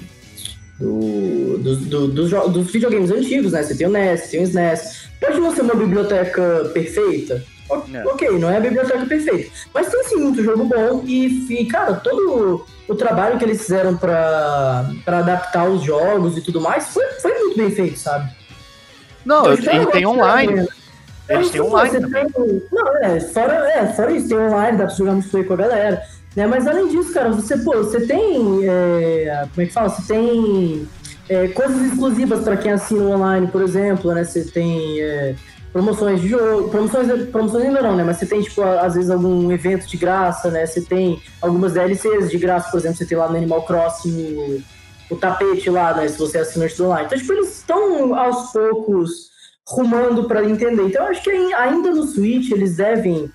do, do, do, dos jo- dos videogames antigos, né? Você tem o N E S, tem o S N E S. Pode não ser uma biblioteca perfeita. O- É. Ok, não é a biblioteca perfeita. Mas tem sim muito jogo bom. E, e, cara, todo o trabalho que eles fizeram pra, pra adaptar os jogos e tudo mais foi, foi muito bem feito, sabe? Não, eu, já ele gosto tem de online. jogar, né? Eles Então, têm se online você também. tem- Não, é, fora, é, fora isso, tem online, dá pra jogar multiplayer com a galera. Né? Mas além disso, cara, você, pô, você tem. É, como é que fala? Você tem é, coisas exclusivas pra quem assina o online, por exemplo, né? Você tem é, promoções de jogo. Promoções, promoções ainda não, né? Mas você tem, tipo, às vezes algum evento de graça, né? Você tem algumas D L Cs de graça, por exemplo, você tem lá no Animal Crossing o, o tapete lá, né? Se você é assinante do online. Então, tipo, eles estão aos poucos rumando pra entender. Então, eu acho que ainda no Switch eles devem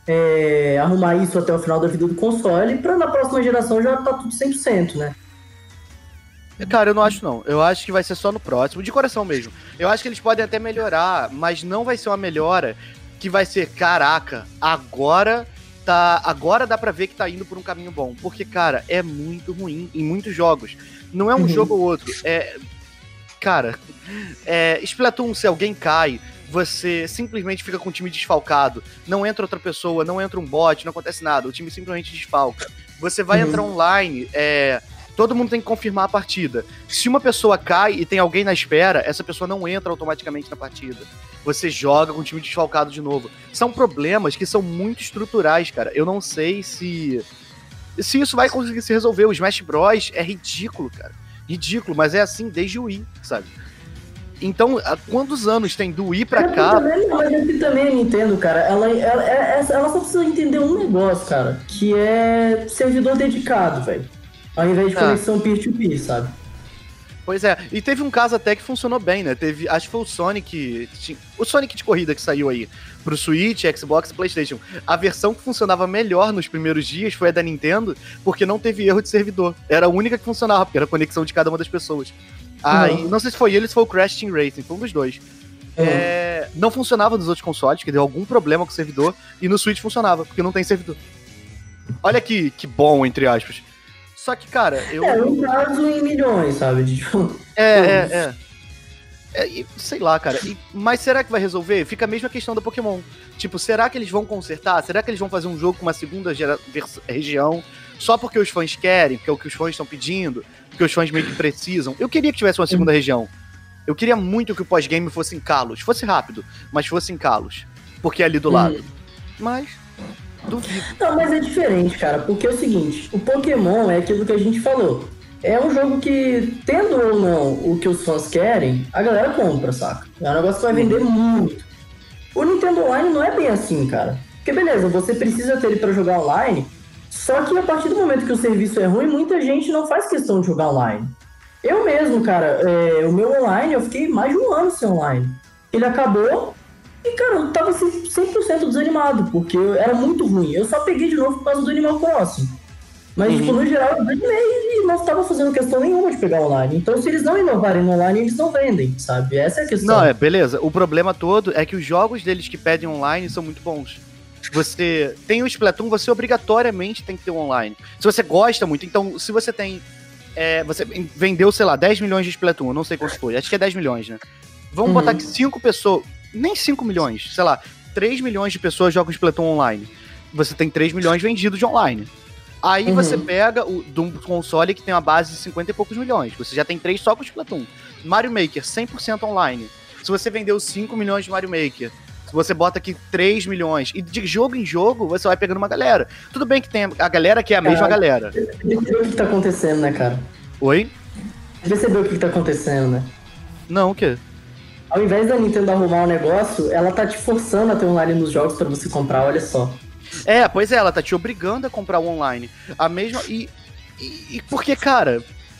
é, arrumar isso até o final da vida do console pra na próxima geração já tá tudo cem por cento, né? Cara, eu não acho não. Eu acho que vai ser só no próximo, de coração mesmo. Eu acho que eles podem até melhorar, mas não vai ser uma melhora que vai ser, caraca, agora tá, agora dá pra ver que tá indo por um caminho bom. Porque, cara, é muito ruim em muitos jogos. Não é um Uhum. jogo ou outro, é... Cara, é, Splatoon, se alguém cai, você simplesmente fica com o time desfalcado. Não entra outra pessoa, não entra um bot, não acontece nada. O time simplesmente desfalca. Você vai Uhum. entrar online, é, todo mundo tem que confirmar a partida. Se uma pessoa cai e tem alguém na espera, essa pessoa não entra automaticamente na partida. Você joga com o time desfalcado de novo. São problemas que são muito estruturais, cara. Eu não sei se... se isso vai conseguir se resolver. O Smash Bros. É ridículo, cara. Ridículo, mas é assim desde o Wii, sabe? Então, há quantos anos tem do Wii pra Mas cá? também, mas é que também a Nintendo, cara, ela, ela, ela, ela só precisa entender um negócio, cara, que é servidor dedicado, velho. Ao invés de Ah. conexão peer-to-peer, sabe? Pois é, e teve um caso até que funcionou bem, né? Teve, acho que foi o Sonic, o Sonic de corrida que saiu aí pro Switch, Xbox e PlayStation. A versão que funcionava melhor nos primeiros dias foi a da Nintendo, porque não teve erro de servidor. Era a única que funcionava, porque era a conexão de cada uma das pessoas. Aí, Uhum. não sei se foi ele ou se foi o Crash Team Racing, foi um dos dois. É, não funcionava nos outros consoles, que deu algum problema com o servidor, e no Switch funcionava, porque não tem servidor. Olha que, que bom, entre aspas. Só que, cara, eu... É, um caso em milhões, sabe? De, tipo, É, é, é. É, e, sei lá, cara. E- mas será que vai resolver? Fica a mesma questão do Pokémon. Tipo, será que eles vão consertar? Será que eles vão fazer um jogo com uma segunda gera- vers- região só porque os fãs querem, porque é o que os fãs estão pedindo, porque os fãs meio que precisam? Eu queria que tivesse uma segunda região. Eu queria muito que o pós-game fosse em Kalos. Fosse rápido, mas fosse em Kalos. Porque é ali do lado. Mas, duvido. Não, mas é diferente, cara, porque é o seguinte, o Pokémon é aquilo que a gente falou. É um jogo que, tendo ou não o que os fãs querem, a galera compra, saca? É um negócio que vai vender muito. O Nintendo Online não é bem assim, cara. Porque beleza, você precisa ter ele pra jogar online, só que a partir do momento que o serviço é ruim, muita gente não faz questão de jogar online. Eu mesmo, cara, é, o meu online, eu fiquei mais de um ano sem online. Ele acabou e, cara, eu tava assim, cem por cento desanimado, porque era muito ruim. Eu só peguei de novo por causa do Animal Crossing. Mas, Uhum. tipo, no geral, eu desanimei e não tava fazendo questão nenhuma de pegar online. Então, se eles não inovarem no online, eles não vendem, sabe? Essa é a questão. Não, é, beleza. O problema todo é que os jogos deles que pedem online são muito bons. Você tem o Splatoon, você obrigatoriamente tem que ter o online. Se você gosta muito, então, se você tem... É, você vendeu, sei lá, dez milhões de Splatoon, eu não sei quanto foi, acho que é dez milhões, né? Vamos uhum. botar que cinco pessoas, nem cinco milhões, sei lá, três milhões de pessoas jogam Splatoon online. Você tem três milhões vendidos de online. Aí uhum. você pega o, de um console que tem uma base de cinquenta e poucos milhões. Você já tem três só com Splatoon. Mario Maker, cem por cento online. Se você vendeu cinco milhões de Mario Maker, você bota aqui três milhões. E de jogo em jogo, você vai pegando uma galera. Tudo bem que tem a galera que é a cara, mesma galera. Você percebeu o que tá acontecendo, né, cara? Oi? Você percebeu o que tá acontecendo, né? Não, o quê? Ao invés da Nintendo arrumar um negócio, ela tá te forçando a ter online nos jogos pra você comprar, olha só. É, pois é, ela tá te obrigando a comprar o online. A mesma... E, e, e porque, cara...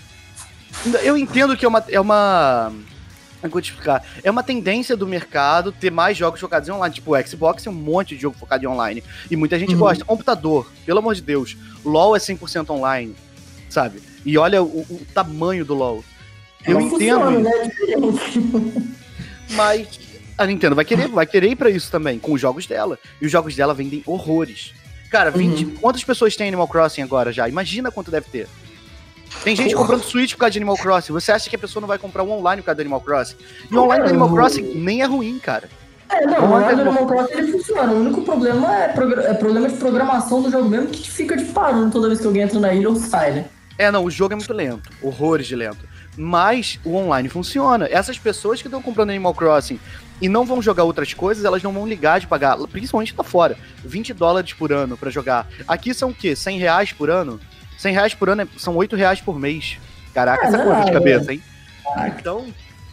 Eu entendo que é uma... É uma... Como vou te explicar? É uma tendência do mercado ter mais jogos focados em online. Tipo, o Xbox tem um monte de jogo focado em online. E muita gente uhum. gosta. Computador, pelo amor de Deus. LoL é cem por cento online, sabe? E olha o, o tamanho do LoL. Eu Não entendo funciona, isso. Né? Mas a Nintendo vai querer, vai querer ir pra isso também, com os jogos dela. E os jogos dela vendem horrores. Cara, vinte, uhum. quantas pessoas tem Animal Crossing agora já? Imagina quanto deve ter. Tem gente comprando Switch por causa de Animal Crossing. Você acha que a pessoa não vai comprar um online por causa do Animal Crossing? E o online do Animal Crossing nem é ruim, cara. É, não, o online do Animal Crossing ele funciona. O único problema é, progr- é problema de programação do jogo mesmo, que fica de parando toda vez que alguém entra na ilha ou sai, né? É, não, o jogo é muito lento. Horrores de lento. Mas o online funciona. Essas pessoas que estão comprando Animal Crossing e não vão jogar outras coisas, elas não vão ligar de pagar, principalmente lá fora, vinte dólares por ano pra jogar. Aqui são o quê? cem reais por ano? cem reais por ano é, são oito reais por mês. Caraca, é, essa conta de cabeça, hein? Então,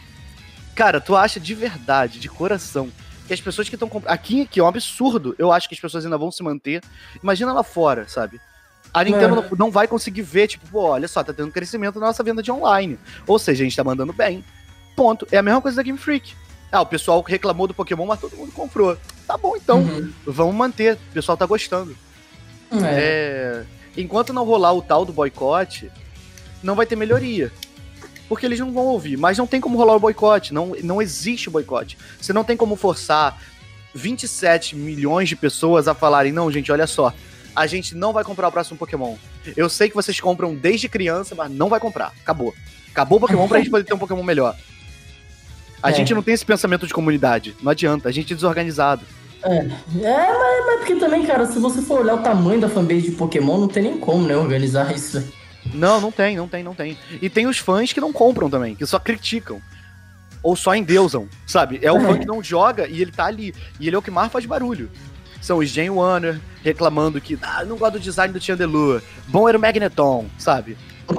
cara, tu acha de verdade, de coração, que as pessoas que estão comprando... Aqui, que é um absurdo, eu acho que as pessoas ainda vão se manter. Imagina lá fora, sabe? A Nintendo não, não vai conseguir ver, tipo, pô, olha só, tá tendo crescimento na nossa venda de online. Ou seja, a gente tá mandando bem. Ponto. É a mesma coisa da Game Freak. Ah, o pessoal reclamou do Pokémon, mas todo mundo comprou. Tá bom, então. Uhum. Vamos manter. O pessoal tá gostando. É... é... Enquanto não rolar o tal do boicote, não vai ter melhoria. Porque eles não vão ouvir. Mas não tem como rolar o boicote. Não, não existe boicote. Você não tem como forçar vinte e sete milhões de pessoas a falarem, não, gente, olha só. A gente não vai comprar o próximo Pokémon. Eu sei que vocês compram desde criança, mas não vai comprar. Acabou. Acabou o Pokémon pra gente poder ter um Pokémon melhor. A é. gente não tem esse pensamento de comunidade. Não adianta. A gente é desorganizado. É, é mas, mas porque também, cara, se você for olhar o tamanho da fanbase de Pokémon, não tem nem como, né, organizar isso. Não, não tem, não tem, não tem. E tem os fãs que não compram também, que só criticam. Ou só endeusam, sabe? É o é. fã que não joga e ele tá ali. E ele é o que mais faz barulho. São os Gen Warner reclamando que ah, não gosto do design do Chandelure. Bom era o Magneton, sabe?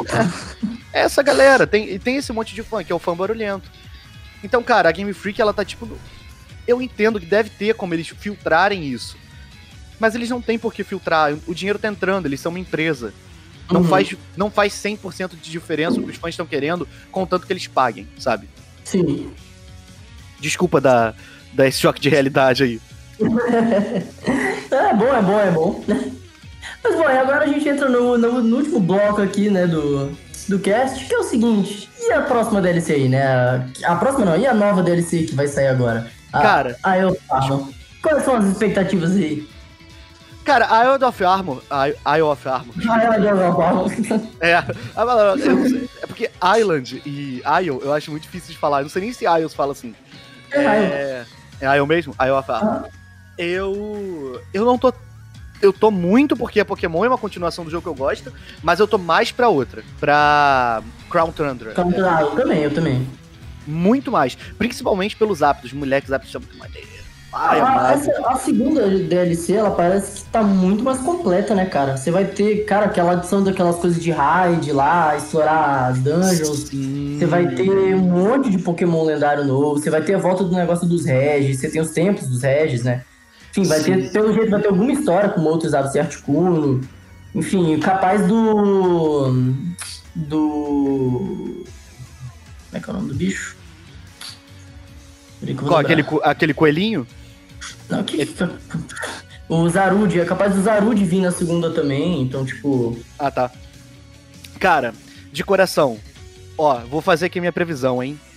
É essa galera. Tem, tem esse monte de fã, que é o fã barulhento. Então, cara, a Game Freak, ela tá tipo... Eu entendo que deve ter como eles filtrarem isso. Mas eles não têm por que filtrar. O dinheiro tá entrando, eles são uma empresa. Não, uhum. faz, não faz cem por cento de diferença o que os fãs estão querendo, contanto que eles paguem, sabe? Sim. Desculpa dar, dar esse choque de realidade aí. É bom, é bom, é bom. Mas bom, e agora a gente entra no, no, no último bloco aqui, né, do, do cast, que é o seguinte, e a próxima D L C aí, né? A, a próxima não, e a nova D L C que vai sair agora? A, cara... A Isle of Armor. Quais são as expectativas aí? Cara, a Isle of Armor... Isle of Armor. Isle of Armor. É, é porque Island e Isle eu acho muito difícil de falar, eu não sei nem se Isle se fala assim. É, é, é Isle mesmo? Isle of Armor. Ah. Eu... Eu não tô... Eu tô muito porque a Pokémon é uma continuação do jogo que eu gosto, mas eu tô mais pra outra. Pra Crown Tundra. Crown Tundra, eu também, eu também. Muito mais. Principalmente pelos Zapdos. Moleques, Zapdos são muito maneiro. Ai, a, essa, a segunda D L C, ela parece que tá muito mais completa, né, cara? Você vai ter, cara, aquela adição daquelas coisas de raid lá, explorar as dungeons. Sim. Você vai ter um monte de Pokémon lendário novo. Você vai ter a volta do negócio dos Regis. Você tem os tempos dos Regis, né? Enfim, vai Sim. ter, pelo jeito, vai ter alguma história com outros aves de Articuno. Enfim, capaz do... Do... Como é que é o nome do bicho? Qual, aquele, co- aquele coelhinho? Não, que... Ele... O Zarude, é capaz do Zarude vir na segunda também, então, tipo... Ah, tá. Cara, de coração, ó, vou fazer aqui minha previsão, hein?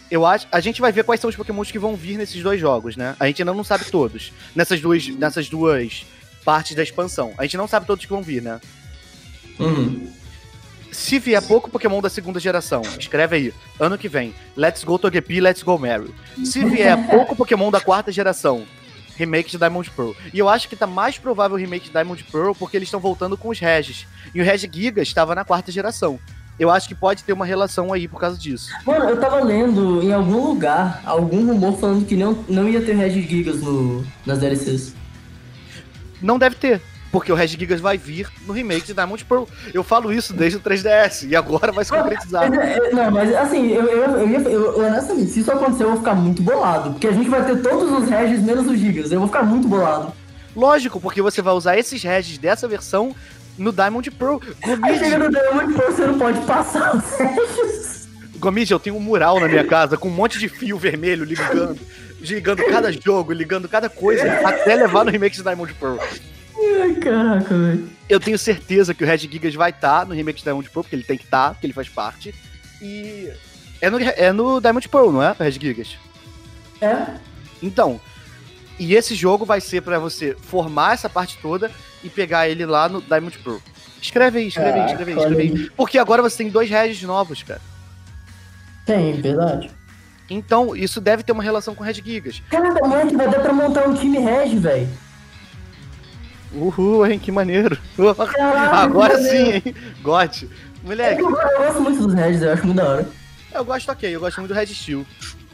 Eu acho, a gente vai ver quais são os Pokémons que vão vir nesses dois jogos, né? A gente ainda não sabe todos. Nessas duas, nessas duas partes da expansão. A gente não sabe todos que vão vir, né? Uhum. Se vier pouco Pokémon da segunda geração, escreve aí, ano que vem, Let's Go Togepi, Let's Go Meryl. Se vier pouco Pokémon da quarta geração, remake de Diamond Pearl. E eu acho que tá mais provável o remake de Diamond Pearl porque eles estão voltando com os Regis. E o Regigigas estava na quarta geração. Eu acho que pode ter uma relação aí por causa disso. Mano, eu tava lendo em algum lugar, algum rumor falando que não, não ia ter Regigigas no, nas D L Cs. Não deve ter. Porque o Regigigas vai vir no remake de Diamond Pearl. Eu falo isso desde o três D S e agora vai se concretizar. Não, mas assim, eu, eu, eu, eu, eu honestamente, se isso acontecer, eu vou ficar muito bolado. Porque a gente vai ter todos os Regis menos os Gigas. Eu vou ficar muito bolado. Lógico, porque você vai usar esses Regis dessa versão no Diamond Pearl. Aí chega no Diamond Pearl, você não pode passar os Regis. Gomid, eu tenho um mural na minha casa com um monte de fio vermelho ligando, ligando cada jogo, ligando cada coisa, até levar no remake de Diamond Pearl. Ai, caraca, velho. Eu tenho certeza que o Regigigas vai estar tá no remake de Diamond Pearl, porque ele tem que estar, tá, porque ele faz parte. E é no, é no Diamond Pearl, não é, o Regigigas? É. Então, e esse jogo vai ser pra você formar essa parte toda e pegar ele lá no Diamond Pearl. Escreve aí, escreve aí, escreve aí, escreve aí. Porque agora você tem dois Regis novos, cara. Tem, verdade. Então, isso deve ter uma relação com o Regigigas. Caraca, mano, vai dar pra montar um time Reg, velho. Uhul, hein, que maneiro. Caraca, agora que sim, maneiro. hein. Gote. Moleque. Eu, eu gosto muito dos Regis, eu acho muito da hora. Eu gosto, ok, eu gosto muito do Red Steel.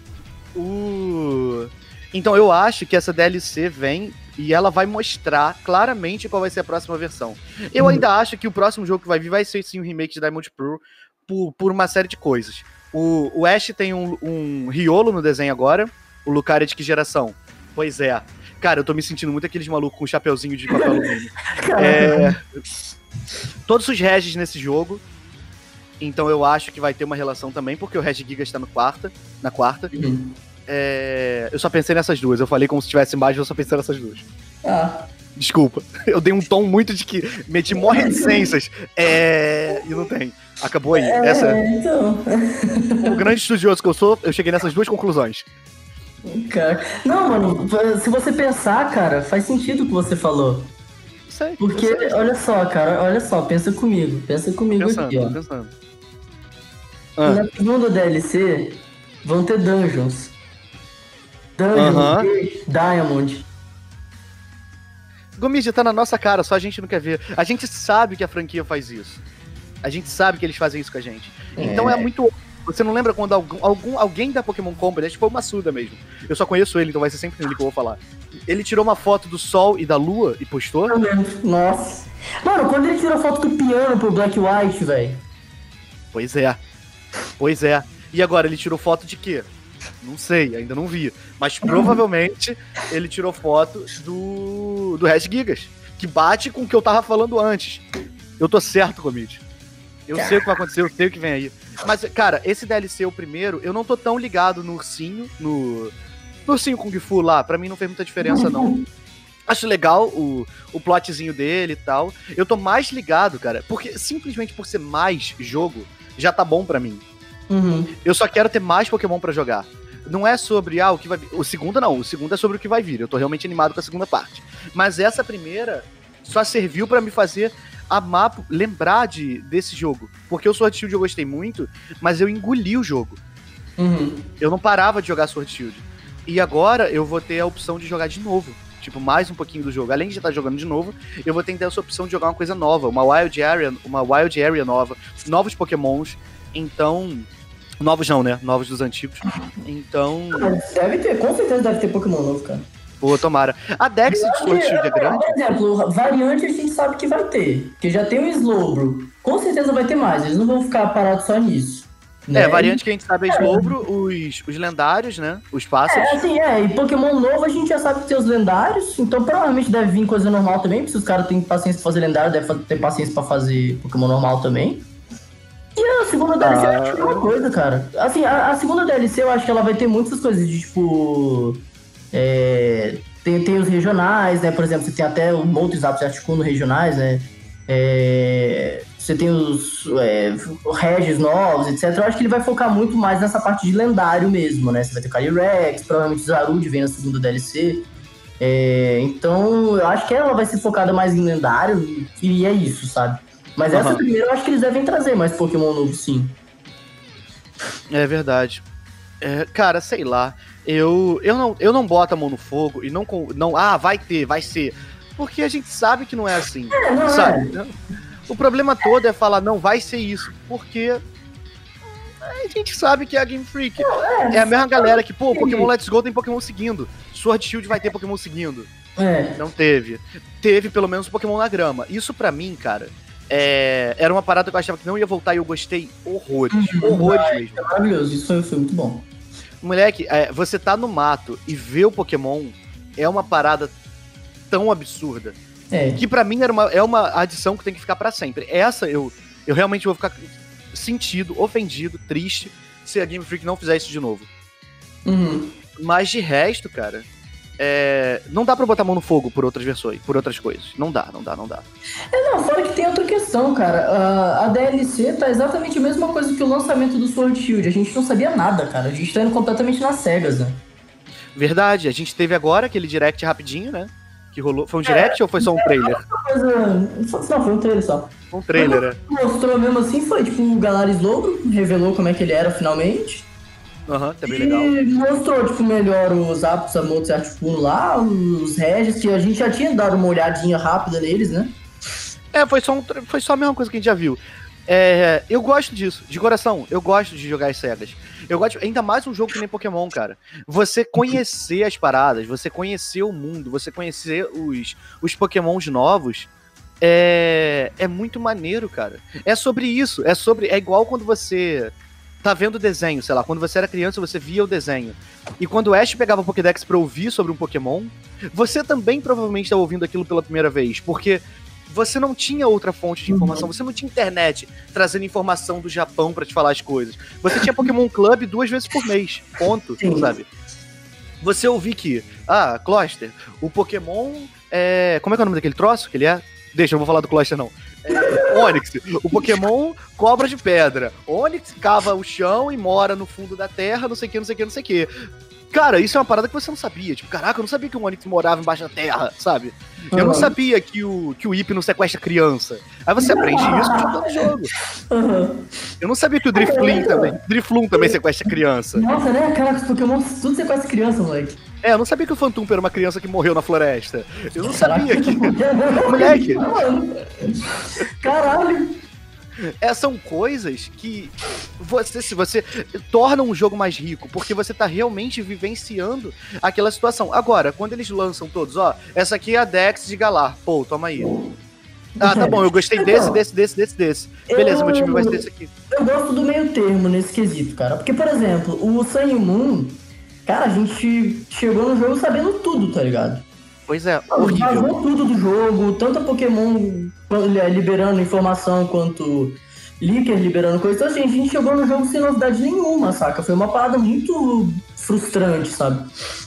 Uh... Então eu acho que essa D L C vem e ela vai mostrar claramente qual vai ser a próxima versão. Eu Uhum. ainda acho que o próximo jogo que vai vir vai ser sim um remake de Diamond Pearl por, por uma série de coisas. O, o Ash tem um, um Riolo no desenho agora, o Lucaria de que geração? Pois é. Cara, eu tô me sentindo muito aqueles malucos com um chapeuzinho de papel alumínio. É... Todos os Regis nesse jogo. Então eu acho que vai ter uma relação também, porque o Regigigas está no quarta, na quarta. Uhum. É... Eu só pensei nessas duas. Eu falei como se tivesse mais, eu só pensei nessas duas. Ah. Desculpa. Eu dei um tom muito de que meti mó reticências. É... E não tem. Acabou aí. É, Essa... então. O grande estudioso que eu sou, eu cheguei nessas duas conclusões. Cara. Não, mano, se você pensar, cara, faz sentido o que você falou. Sei, Porque, sei. olha só, cara, olha só, pensa comigo. Pensa comigo Pensando, aqui, ó. pensando. Ah. Na segunda D L C vão ter dungeons. Dungeons, Aham. Diamond. Gomid, tá na nossa cara, só a gente não quer ver. A gente sabe que a franquia faz isso. A gente sabe que eles fazem isso com a gente. É. Então é muito... Você não lembra quando algum, algum, alguém da Pokémon Company, acho que foi o Masuda mesmo, eu só conheço ele, então vai ser sempre ele que eu vou falar. Ele tirou uma foto do Sol e da Lua e postou? Nossa. Mano, quando ele tirou foto do piano pro Black White, velho. Pois é. Pois é. E agora, ele tirou foto de quê? Não sei, ainda não vi. Mas provavelmente ele tirou foto do, do Regigigas, que bate com o que eu tava falando antes. Eu tô certo, Gomid. Eu sei o que vai acontecer, eu sei o que vem aí. Mas, cara, esse D L C, o primeiro, eu não tô tão ligado no ursinho, no... No ursinho Kung Fu lá, pra mim não fez muita diferença, não. Acho legal o, o plotzinho dele e tal. Eu tô mais ligado, cara, porque simplesmente por ser mais jogo, já tá bom pra mim. Uhum. Eu só quero ter mais Pokémon pra jogar. Não é sobre, ah, o que vai vir. O segundo não, o segundo é sobre o que vai vir. Eu tô realmente animado com a segunda parte. Mas essa primeira só serviu pra me fazer amar, lembrar de, desse jogo. Porque o Sword Shield eu gostei muito, mas eu engoli o jogo. Uhum. Eu não parava de jogar Sword Shield. E agora eu vou ter a opção de jogar de novo. Tipo, mais um pouquinho do jogo. Além de estar jogando de novo, eu vou ter essa opção de jogar uma coisa nova. Uma Wild Area, uma Wild Area nova. Novos Pokémons. Então... Novos não, né? Novos dos antigos. Então... Deve ter, com certeza deve ter Pokémon novo, cara. Pô, tomara. A Dex de Sword Shield é grande? Por exemplo, variante a gente sabe que vai ter. Porque já tem o Slowbro. Com certeza vai ter mais. Eles não vão ficar parados só nisso. Né? É, variante que a gente sabe é Slowbro, os, os lendários, né? Os pássaros. É, assim, é. E Pokémon novo a gente já sabe que tem os lendários. Então provavelmente deve vir coisa normal também. Porque se os caras têm paciência pra fazer lendário, deve ter paciência pra fazer Pokémon normal também. E a segunda D L C ah, é a mesma coisa, cara. Assim, a, a segunda D L C eu acho que ela vai ter muitas coisas de tipo... É, tem, tem os regionais, né? Por exemplo, você tem até o Moltres Apps Articuno regionais, né? É, você tem os é, Regis novos, etcétera. Eu acho que ele vai focar muito mais nessa parte de lendário mesmo, né? Você vai ter o Calyrex, provavelmente o Zarud vem na segunda D L C. É, então, eu acho que ela vai ser focada mais em lendário e, e é isso, sabe? Mas essa Aham. primeira eu acho que eles devem trazer mais Pokémon novo, sim. É verdade. É, cara, sei lá. Eu, eu, não, eu não boto a mão no fogo e não, con- não. Ah, vai ter, vai ser. Porque a gente sabe que não é assim. É, não Sabe? é? O problema todo é falar, não, vai ser isso. Porque a gente sabe que é a Game Freak. É a mesma galera que, pô, Pokémon Let's Go tem Pokémon seguindo. Sword Shield vai ter Pokémon seguindo. É. Não teve. Teve pelo menos Pokémon na grama. Isso pra mim, cara, é... era uma parada que eu achava que não ia voltar e eu gostei horrores. Uhum. Horrores Ah, mesmo. é maravilhoso, isso foi, foi muito bom. Moleque, é, você tá no mato e ver o Pokémon é uma parada tão absurda. É. Que pra mim era uma, é uma adição que tem que ficar pra sempre. Essa eu, eu realmente vou ficar sentido, ofendido, triste se a Game Freak não fizer isso de novo. Uhum. Mas de resto, cara, é, não dá pra botar a mão no fogo por outras versões, por outras coisas. Não dá, não dá, não dá. É, não, fora que tem outra questão, cara. A, a D L C tá exatamente a mesma coisa que o lançamento do Sword Shield. A gente não sabia nada, cara. A gente tá indo completamente nas cegas, né? Verdade, a gente teve agora aquele direct rapidinho, né? Que rolou. Foi um direct é, ou foi só um trailer? Coisa... Não, foi um trailer só. Um trailer, né? Mostrou mesmo assim, foi tipo o Galaris Lobo, revelou como é que ele era finalmente. Aham, uhum, tá bem e legal. E mostrou, tipo, melhor os Apos, Amotos e Articuno lá, os Regis, que a gente já tinha dado uma olhadinha rápida neles, né? É, foi só, um, foi só a mesma coisa que a gente já viu. É, eu gosto disso, de coração, eu gosto de jogar as cegas. Eu gosto, ainda mais um jogo que nem Pokémon, cara. Você conhecer as paradas, você conhecer o mundo, você conhecer os, os Pokémons novos, é, é muito maneiro, cara. É sobre isso, é sobre. É igual quando você tá vendo o desenho, sei lá, quando você era criança, você via o desenho. E quando o Ash pegava o Pokédex pra ouvir sobre um Pokémon, você também provavelmente tá ouvindo aquilo pela primeira vez, porque você não tinha outra fonte de informação, você não tinha internet trazendo informação do Japão pra te falar as coisas. Você tinha Pokémon Club duas vezes por mês, ponto, Sim. sabe? Você ouvir que, ah, Cloyster, o Pokémon é... Como é que é o nome daquele troço que ele é? Deixa, eu não vou falar do Cloyster, não. É, Onix, o Pokémon cobra de pedra. Onix cava o chão e mora no fundo da terra, não sei o que, não sei o que, não sei o que. Cara, isso é uma parada que você não sabia. Tipo, caraca, eu não sabia que o Onix morava embaixo da terra, sabe? Uhum. Eu não sabia que o, que o Hypno sequestra criança. Aí você aprende isso jogando o jogo. Uhum. Eu não sabia que o Drifloon também, Drifloon também sequestra criança. Nossa, né? Caraca, os Pokémon tudo sequestra criança, moleque. É, eu não sabia que o Phantom era uma criança que morreu na floresta. Eu não sabia que... Moleque! Caralho! É, são coisas que você, se você torna um jogo mais rico, porque você tá realmente vivenciando aquela situação. Agora, quando eles lançam todos, ó, essa aqui é a Dex de Galar, pô, toma aí. Ah, tá bom, eu gostei desse, desse, desse, desse, desse. Beleza, eu, meu time vai ser esse aqui. Eu gosto do meio termo nesse quesito, cara. Porque, por exemplo, o Sun e Moon, cara, a gente chegou no jogo sabendo tudo, tá ligado? Pois é, horrível. Vazou tudo do jogo, tanto a Pokémon liberando informação quanto Leaker liberando coisa. Então, assim, a gente chegou no jogo sem novidade nenhuma, saca? Foi uma parada muito frustrante, sabe?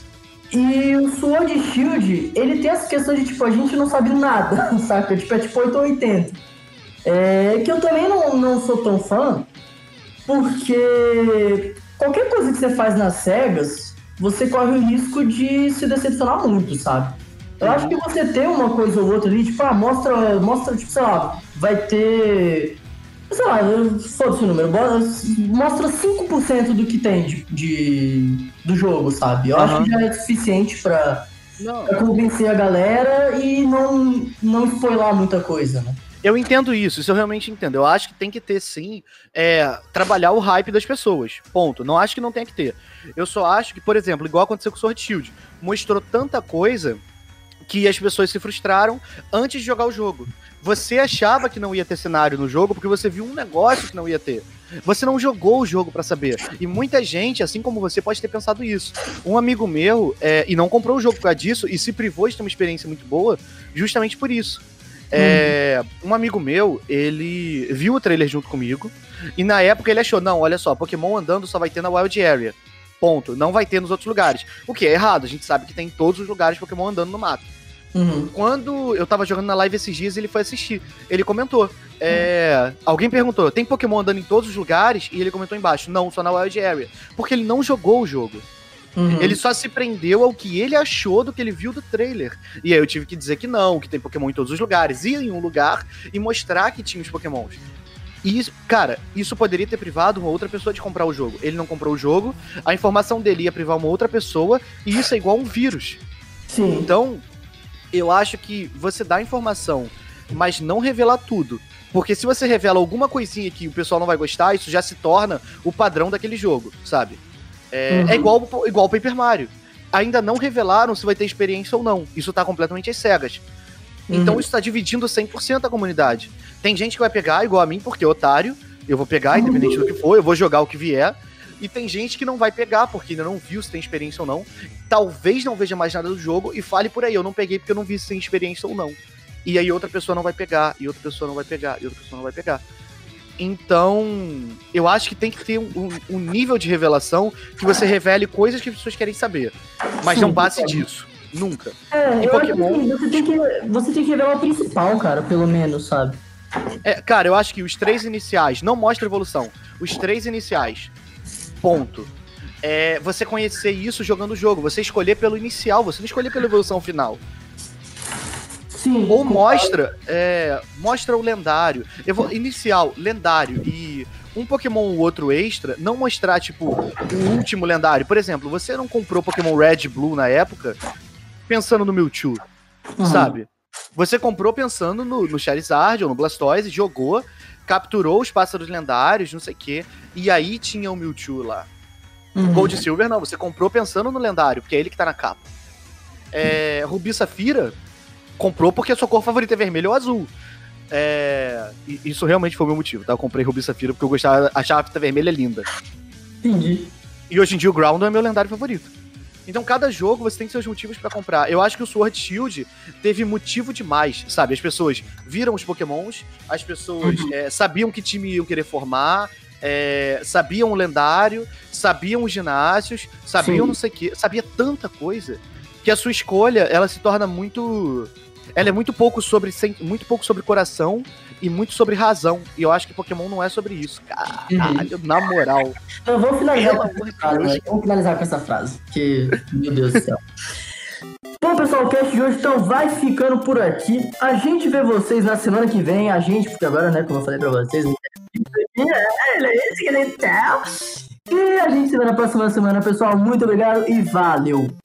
E o Sword Shield, ele tem essa questão de, tipo, a gente não sabe nada, saca? Tipo, é tipo oito ou oitenta. É que eu também não, não sou tão fã, porque qualquer coisa que você faz nas cegas, você corre o risco de se decepcionar muito, sabe? Eu acho que você ter uma coisa ou outra ali, tipo, ah, mostra, mostra, tipo, sei lá, vai ter, sei lá, foda-se o número, mostra cinco por cento do que tem de, de, do jogo, sabe? Eu uhum. acho que já é suficiente pra, pra convencer a galera e não, não spoiler muita coisa, né? Eu entendo isso, isso eu realmente entendo. Eu acho que tem que ter, sim, é, trabalhar o hype das pessoas, ponto. Não acho que não tenha que ter. Eu só acho que, por exemplo, igual aconteceu com o Sword Shield, mostrou tanta coisa que as pessoas se frustraram antes de jogar o jogo. Você achava que não ia ter cenário no jogo porque você viu um negócio que não ia ter. Você não jogou o jogo pra saber. E muita gente, assim como você, pode ter pensado isso. Um amigo meu, é, e não comprou o jogo por causa disso, e se privou de ter uma experiência muito boa, justamente por isso. É, hum. Um amigo meu, ele viu o trailer junto comigo, e na época ele achou, não, olha só, Pokémon andando só vai ter na Wild Area. Ponto. Não vai ter nos outros lugares. O que é errado, a gente sabe que tem em todos os lugares Pokémon andando no mato. Uhum. Quando eu tava jogando na live esses dias, ele foi assistir. Ele comentou. É, uhum. Alguém perguntou, tem Pokémon andando em todos os lugares? E ele comentou embaixo, não, só na Wild Area. Porque ele não jogou o jogo. Uhum. Ele só se prendeu ao que ele achou do que ele viu do trailer. E aí eu tive que dizer que não, que tem Pokémon em todos os lugares. Ir em um lugar e mostrar que tinha os Pokémons. E, cara, isso poderia ter privado uma outra pessoa de comprar o jogo. Ele não comprou o jogo, a informação dele ia privar uma outra pessoa, e isso é igual um vírus. Sim. Então, eu acho que você dá informação, mas não revelar tudo. Porque se você revela alguma coisinha que o pessoal não vai gostar, isso já se torna o padrão daquele jogo, sabe? É, uhum. é igual, igual o Paper Mario. Ainda não revelaram se vai ter experiência ou não. Isso tá completamente às cegas. Então uhum. isso tá dividindo cem por cento a comunidade. Tem gente que vai pegar, igual a mim, porque é otário, eu vou pegar, independente do que for, eu vou jogar o que vier, e tem gente que não vai pegar, porque ainda não viu se tem experiência ou não, talvez não veja mais nada do jogo, e fale por aí, eu não peguei porque eu não vi se tem experiência ou não. E aí outra pessoa não vai pegar, e outra pessoa não vai pegar, e outra pessoa não vai pegar. Então, eu acho que tem que ter um, um nível de revelação que você revele coisas que as pessoas querem saber, mas Sim, não passe é. disso. Nunca. É, e eu Pokémon... acho que você tem que, você tem que revelar o principal, cara, pelo menos, sabe? É, cara, eu acho que os três iniciais, não mostra evolução, os três iniciais, ponto. É você conhecer isso jogando o jogo, você escolher pelo inicial, você não escolher pela evolução final. Sim. Ou mostra, é, mostra o lendário, Evo... inicial, lendário e um Pokémon ou outro extra, não mostrar, tipo, o último lendário. Por exemplo, você não comprou Pokémon Red e Blue na época pensando no Mewtwo, uhum. sabe? Você comprou pensando no, no Charizard ou no Blastoise, jogou, capturou os pássaros lendários, não sei o quê, e aí tinha o Mewtwo lá. Uhum. Gold e Silver não, você comprou pensando no lendário, porque é ele que tá na capa. É, Rubi e Safira, comprou porque a sua cor favorita é vermelho ou azul. É, e isso realmente foi o meu motivo, tá? Eu comprei Rubi e Safira porque eu gostava, achava a fita vermelha linda. Entendi. E hoje em dia o Groundon é meu lendário favorito. Então, cada jogo você tem seus motivos pra comprar. Eu acho que o Sword Shield teve motivo demais, sabe? As pessoas viram os Pokémons, as pessoas uhum. é, sabiam que time iam querer formar, é, sabiam o lendário, sabiam os ginásios, sabiam Sim. não sei o quê, sabia tanta coisa que a sua escolha, ela se torna muito... Ela é muito pouco sobre, muito pouco sobre coração e muito sobre razão. E eu acho que Pokémon não é sobre isso. Caralho, uhum. na moral. Eu vou finalizar, com essa frase, né? Vamos finalizar com essa frase. Que, meu Deus do céu. Bom, pessoal, o cast de hoje então vai ficando por aqui. A gente vê vocês na semana que vem. A gente, porque agora, né, como eu falei pra vocês, e a gente se vê na próxima semana, pessoal. Muito obrigado e valeu!